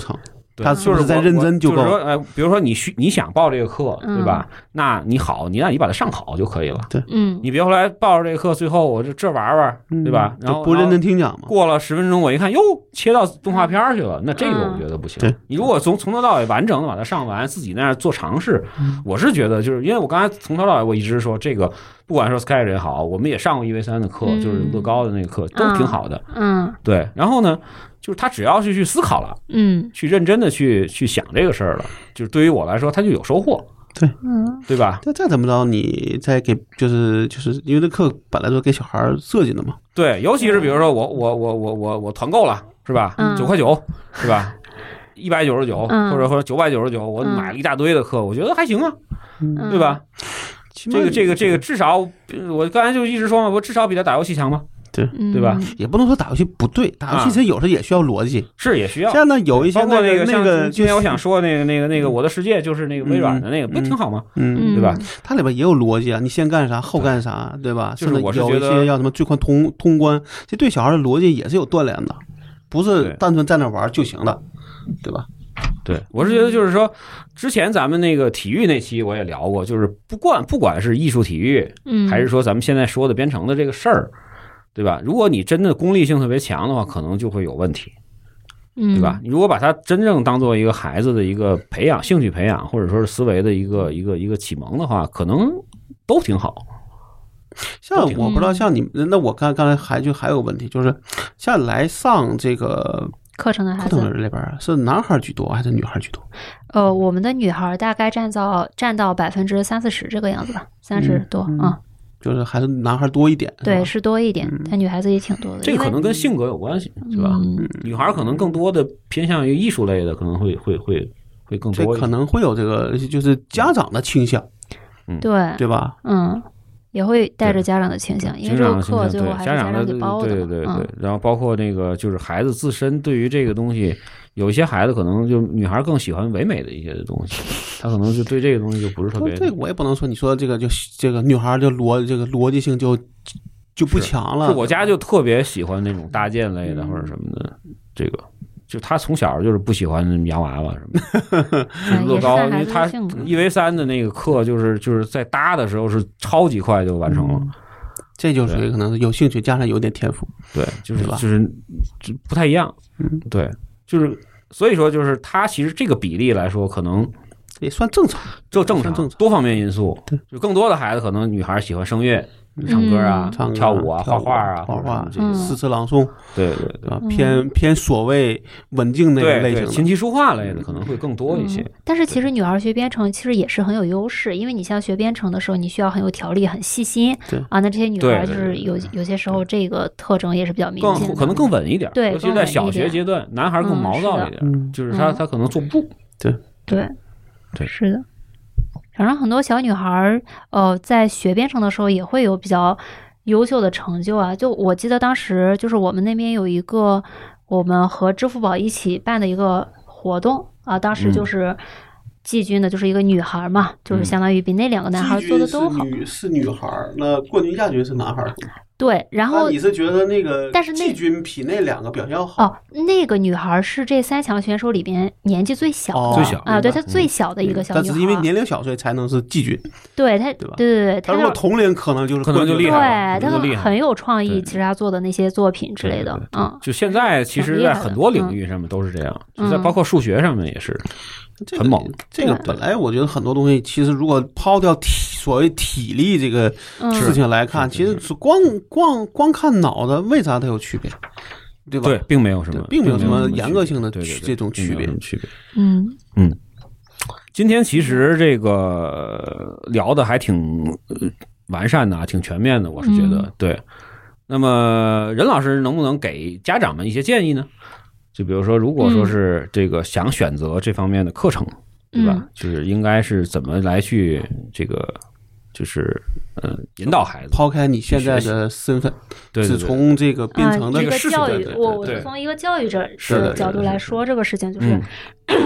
他是不是在认真就够？ 就是说，比如说你想报这个课，对吧？那你把它上好就可以了。 对， 你别后来报着这个课，最后我这玩玩，对吧？然后不认真听讲嘛。 过了10分钟，我一看，哟，切到动画片去了，那这个我觉得不行。你如果从头到尾完整的把它上完，自己那样做尝试，我是觉得就是因为我刚才从头到尾我一直说这个，不管说 Sketch 也好，我们也上过1v3的课，就是乐高的那个课都挺好的。对。然后呢？就是他只要是去思考了，去认真的去想这个事儿了，就是对于我来说，他就有收获， 对， 对吧？ 那再怎么着，你再给就是因为这课本来就给小孩设计的嘛， 对，尤其是比如说我团购了，是吧？9块9，是吧？199，或者999，我买了一大堆的课，我觉得还行啊，对吧？这个至少，我刚才就一直说嘛，我至少比他打游戏强吧。对吧？ 也不能说打游戏不对，打游戏其实有时候也需要逻辑， 是也需要。 现在有一些包括那个像今天我想说那个我的世界，就是那个微软的那个，不挺好吗？对吧？ 它里边也有逻辑啊，你先干啥后干啥，对吧？ 就是我是有一些要什么最快通关，这对小孩的逻辑也是有锻炼的，不是单纯在那玩就行的，对吧？ 对，我是觉得就是说，之前咱们那个体育那期我也聊过，就是不管是艺术体育，还是说咱们现在说的编程的这个事儿。对吧？如果你真的功利性特别强的话，可能就会有问题，对吧？你如果把它真正当做一个孩子的一个培养、兴趣培养，或者说是思维的一个启蒙的话，可能都挺好。 像我不知道，像你们，那我刚才还有问题，就是像来上这个课程的孩子里边是男孩居多还是女孩居多？ 我们的女孩大概占到30-40%这个样子吧，30多啊。 就是还是男孩多一点， 对，是多一点，但女孩子也挺多的。 这个可能跟性格有关系，是吧？女孩可能更多的偏向于艺术类的，可能会更多。 这可能会有这个，就是家长的倾向，对吧？ 也会带着家长的倾向，因为这个课最后还是家长给包的。 对。然后包括那个就是孩子自身对于这个东西，有一些孩子可能就女孩更喜欢唯美的一些东西，她可能就对这个东西就不是特别。 这个我也不能说，你说这个女孩就逻辑性就不强了。 是我家就特别喜欢那种搭建类的或者什么的，这个。就他从小就是不喜欢洋娃娃什么的，乐高，因为他1v3的那个课就是在搭的时候是超级快就完成了， 这就属于可能有兴趣加上有点天赋， 对，就是不太一样，对，就是所以说就是他其实这个比例来说可能也算正常， 正常，多方面因素，对，就更多的孩子可能女孩喜欢声乐。唱歌啊，跳舞啊，画画， 诗词朗诵， 对， 偏所谓文静那个类型， 琴棋书画类的可能会更多一些。 但是其实女孩学编程其实也是很有优势，因为你像学编程的时候，你需要很有条理、很细心啊。那这些女孩就是有些时候这个特征也是比较明显的， 可能更稳一点。 对， 尤其在小学阶段，男孩更毛躁一点，就是他可能坐不住。 对，是的。反正很多小女孩在学编程的时候也会有比较优秀的成就啊。就我记得当时就是我们那边有一个我们和支付宝一起办的一个活动啊，当时就是季军的就是一个女孩嘛，就是相当于比那2个男孩做的都好。 是女孩，那冠军亚军是男孩。 对，然后你是觉得那个但是季军比那2个表现要好？ 那个女孩是这3强选手里边年纪最小的， 最小啊，对，她最小的一个小女孩。 但是因为年龄小，所以才能是季军。 对，她， 对吧？ 对， 她如果同龄可能就厉害了， 对，她很有创意。其实她做的那些作品之类的， 就现在其实，在很多领域上面都是这样，就在包括数学上面也是。很猛， 这个本来我觉得很多东西，其实如果抛掉所谓体力这个事情来看，其实光看脑子，为啥它有区别，对吧？ 对，并没有什么， 并没有什么严格性的这种区别。 今天其实这个聊的还挺完善的，挺全面的，我是觉得对。那么任老师能不能给家长们一些建议呢？就比如说，如果说是这个想选择这方面的课程，对吧？就是应该是怎么来去这个，就是引导孩子。 抛开你现在的身份，只从这个编程的这个教育，我从一个教育者的角度来说这个事情，就是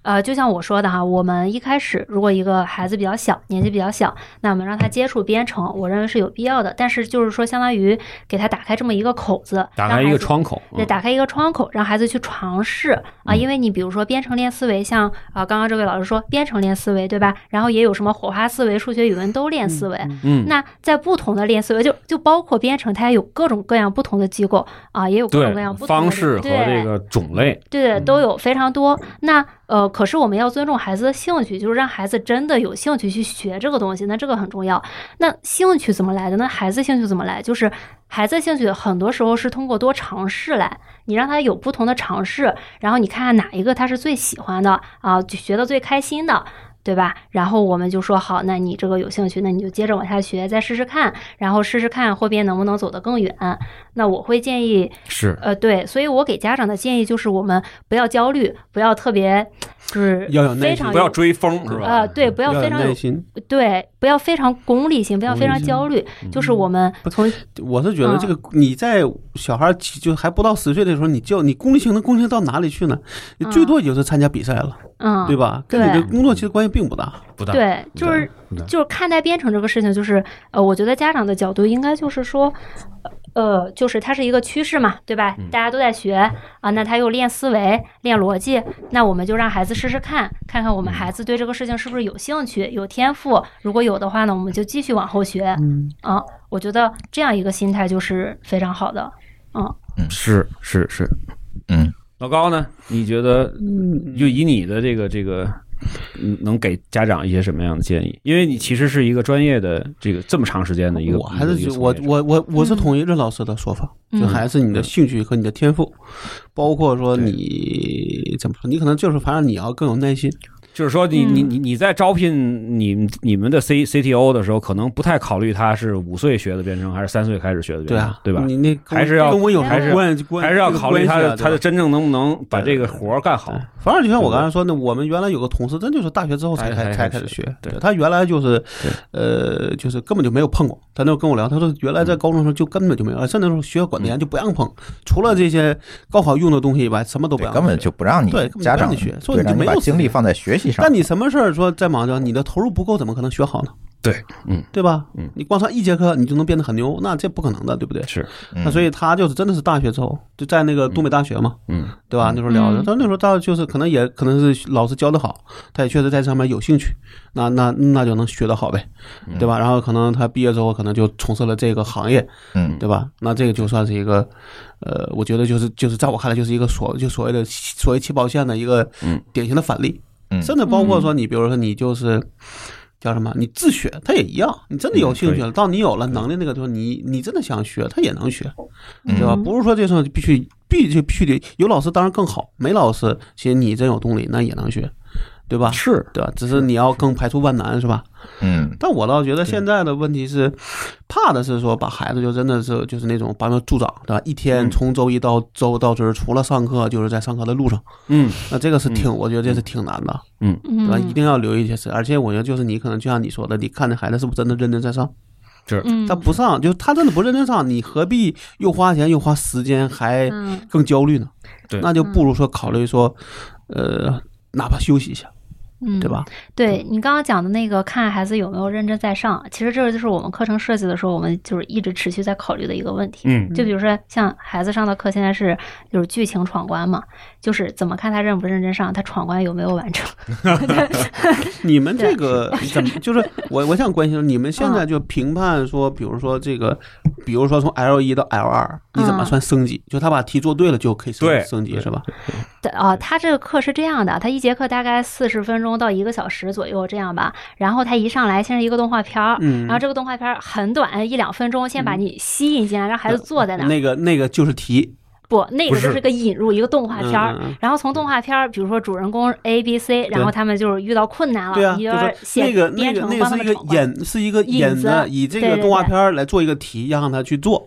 就像我说的哈，我们一开始如果一个孩子比较小，年纪比较小，那我们让他接触编程，我认为是有必要的。但是就是说，相当于给他打开这么一个口子， 打开一个窗口， 对，打开一个窗口，让孩子去尝试啊。因为你比如说编程练思维，像刚刚这位老师说编程练思维，对吧？然后也有什么火花思维、数学、语文都练思维。那在不同的练思维，就包括编程，它也有各种各样不同的机构啊，也有各种各样不同的方式和这个种类， 对，都有非常多。那可是我们要尊重孩子的兴趣，就是让孩子真的有兴趣去学这个东西，那这个很重要。那兴趣怎么来的？那孩子兴趣怎么来？就是孩子兴趣很多时候是通过多尝试来，你让他有不同的尝试，然后你看看哪一个他是最喜欢的啊，就学得最开心的。对吧？然后我们就说好，那你这个有兴趣，那你就接着往下学，再试试看，然后试试看后边能不能走得更远。那我会建议是对，所以我给家长的建议就是，我们不要焦虑，不要特别就是要有耐心， 不要追风是吧？ 对，不要非常有耐心， 对，不要非常功利性，不要非常焦虑。就是我们从我是觉得这个你在小孩就还不到10岁的时候，你功利性能功利性到哪里去呢？你最多也就是参加比赛了。对吧？跟你的工作其实关系并不大。 对，就是看待编程这个事情，就是我觉得家长的角度应该就是说，就是它是一个趋势嘛，对吧？大家都在学啊，那他又练思维、练逻辑，那我们就让孩子试试看看我们孩子对这个事情是不是有兴趣、有天赋。如果有的话呢，我们就继续往后学。我觉得这样一个心态就是非常好的。 是。老高呢？你觉得，就以你的这个，能给家长一些什么样的建议？因为你其实是一个专业的这么长时间的一个， 我还是我是同意任老师的说法，就还是你的兴趣和你的天赋，包括说你怎么说，你可能就是反正你要更有耐心。 就是说你在招聘你们的 CTO 的时候，可能不太考虑他是5岁学的编程还是3岁开始学的编程，对吧？ 你那还是要跟我有还是要考虑他的真正能不能把这个活干好。 反正就像我刚才说的，我们原来有个同事，真就是大学之后才开始学。对，他原来就是就是根本就没有碰过。他那跟我聊，他说原来在高中时候就根本就没有，甚至说学校管得严，就不让碰，除了这些高考用的东西以外，什么都不让。 根本就不让你家长学，所以你就没有精力放在学习上。 但你什么事儿说在忙着，你的投入不够，怎么可能学好呢？ 对， 对吧？你光上1节课你就能变得很牛，那这不可能的，对不对？ 是。 那所以他就是真的是大学之后就在那个东北大学嘛，对吧？那时候聊的，但那时候他就是可能是老师教的好，他也确实在上面有兴趣，那就能学得好呗，对吧？然后可能他毕业之后可能就从事了这个行业，对吧？那这个就算是一个我觉得就是在我看来就是一个所谓起跑线的一个典型的反例。甚至包括说你比如说你就是叫什么，你自学它也一样，你真的有兴趣了，到你有了能力那个时候，你真的想学，他也能学，对吧？不是说这时候必须得有老师当然更好，没老师其实你真有动力那也能学，对吧？ 是， 对吧？只是你要更排除万难，是吧？但我倒觉得现在的问题是，怕的是说把孩子就真的是就是那种把他助长，对吧？一天从周一到周到这儿，除了上课就是在上课的路上，那这个是我觉得这是挺难的，对吧？一定要留意一些事，而且我觉得就是你可能就像你说的，你看这孩子是不是真的认真在上？他不上，就是他真的不认真上，你何必又花钱又花时间还更焦虑呢？那就不如说考虑说，哪怕休息一下。对吧？ 对你刚刚讲的那个，看孩子有没有认真在上，其实这个就是我们课程设计的时候，我们就是一直持续在考虑的一个问题。就比如说像孩子上的课，现在就是剧情闯关嘛，就是怎么看他认不认真上，他闯关有没有完成。 你们这个怎么就是我想关心你们现在就评判说，比如说这个，比如说从 L1 到 L2，你怎么算升级？就他把题做对了就可以升级是吧？ 他这个课是这样的，他1节课大概40分钟到1个小时左右这样吧，然后他一上来先是一个动画片，然后这个动画片很短1-2分钟，先把你吸引进来，让孩子坐在那儿。 那个就是题。 不，那个就是个引入一个动画片，然后从动画片，比如说主人公 A、B、C， 然后他们就是遇到困难了， 对啊，就是那个是一个引子，以这个动画片来做一个题，让他去做。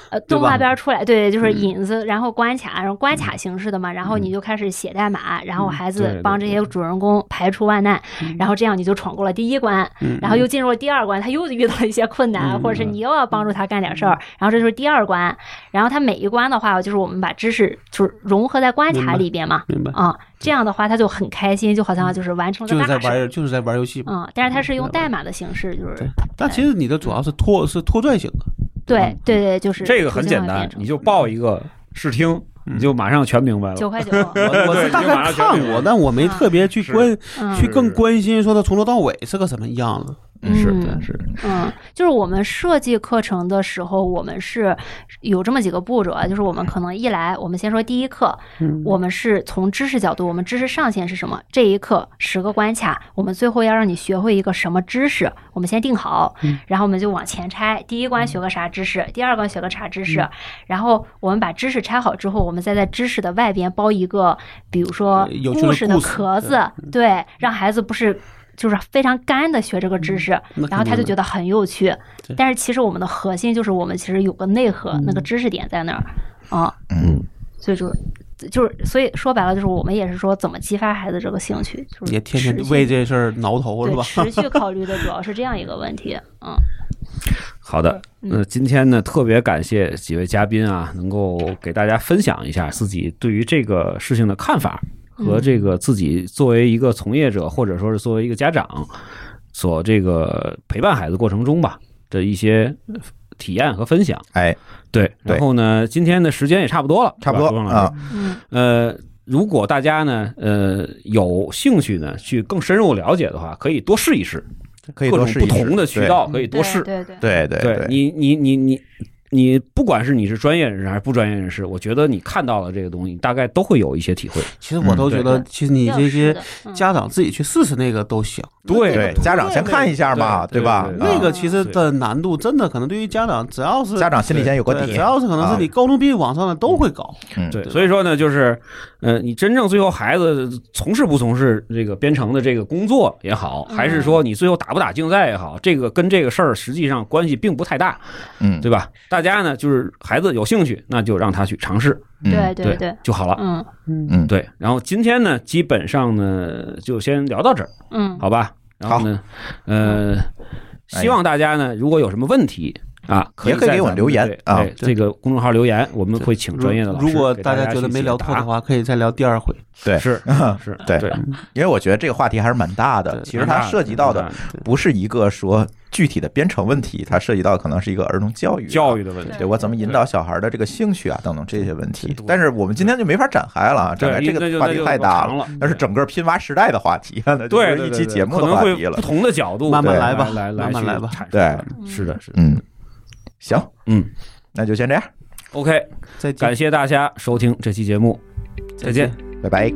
动画边出来，对，就是引子，然后关卡，然后关卡形式的嘛，然后你就开始写代码，然后孩子帮这些主人公排除万难，然后这样你就闯过了第1关，然后又进入了第2关，他又遇到了一些困难，或者是你又要帮助他干点事儿，然后这就是第2关，然后他每一关的话，就是我们把知识就是融合在关卡里边嘛，这样的话他就很开心，就好像就是完成了大事， 就是在玩游戏但是他是用代码的形式，就是但其实你的主要是拖拽型的， 对，就是这个很简单，你就报一个试听，你就马上全明白了。 9.9， 我是大概看过，但我没特别去更关心说它从头到尾是个什么样的。 是， 就是我们设计课程的时候，我们是有这么几个步骤啊，就是我们可能一来，我们先说第一课，我们是从知识角度，我们知识上限是什么？这一课10个关卡，我们最后要让你学会一个什么知识，我们先定好，然后我们就往前拆，第1关学个啥知识，第2关学个啥知识，然后我们把知识拆好之后，我们再在知识的外边包一个，比如说故事的壳子，对，让孩子不是就是非常干的学这个知识，然后他就觉得很有趣。但是其实我们的核心就是我们其实有个内核，那个知识点在那儿啊。所以所以说白了就是我们也是说怎么激发孩子这个兴趣，就是也天天为这事儿挠头是吧？ 持续考虑的主要是这样一个问题。 好的，今天呢特别感谢几位嘉宾啊，能够给大家分享一下自己对于这个事情的看法。和这个自己作为一个从业者，或者说是作为一个家长，所这个陪伴孩子过程中吧的一些体验和分享。对，然后呢，今天的时间也差不多了， 啊。 如果大家呢，有兴趣呢，去更深入了解的话，可以多试一试， 可以多试一试各种不同的渠道可以多试。 对， 你不管是你是专业人士还是不专业人士，我觉得你看到了这个东西，大概都会有一些体会。 其实我都觉得，其实你这些家长自己去试试那个都行。 对， 家长先看一下嘛，对吧？ 那个其实的难度真的可能对于家长，只要是家长心里先有个底， 只要是可能是你高中毕业往上的都会高。 对，所以说呢，就是你真正最后孩子从事不从事这个编程的这个工作也好，还是说你最后打不打竞赛也好，这个跟这个事儿实际上关系并不太大，对吧？大家呢就是孩子有兴趣，那就让他去尝试， 对就好了。对。然后今天呢，基本上呢就先聊到这儿，好吧。然后呢，希望大家呢如果有什么问题啊， 也可以给我们留言啊， 这个公众号留言，我们会请专业的老师。 如果大家觉得没聊透的话，可以再聊第2回。 对， 是， 对，因为我觉得这个话题还是蛮大的。其实它涉及到的不是一个说具体的编程问题，它涉及到可能是一个儿童教育的问题。 对，我怎么引导小孩的这个兴趣啊，等等这些问题。但是我们今天就没法展开了，展开这个话题太大了，那是整个拼娃时代的话题，那就是一期节目的话题了。 不同的角度， 慢慢来吧， 慢慢来吧。 对， 是的， 行，那就先这样。 OK， 再见，感谢大家收听这期节目，再见， 拜拜。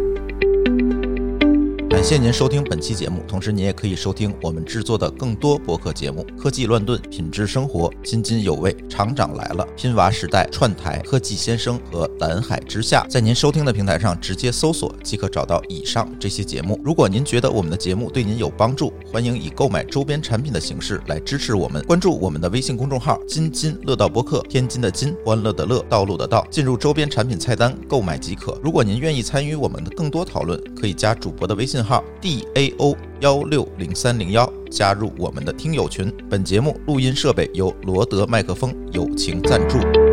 感谢您收听本期节目，同时您也可以收听我们制作的更多播客节目：科技乱炖、品质生活、津津有味、厂长来了、拼娃时代、串台、科技先生和蓝海之下。在您收听的平台上直接搜索即可找到以上这些节目。如果您觉得我们的节目对您有帮助，欢迎以购买周边产品的形式来支持我们。关注我们的微信公众号津津乐道播客，天津的津，欢乐的乐，道路的道，进入周边产品菜单购买即可。如果您愿意参与我们的更多讨论，可以加主播的微信号DAO160301，加入我们的听友群。本节目录音设备由罗德麦克风友情赞助。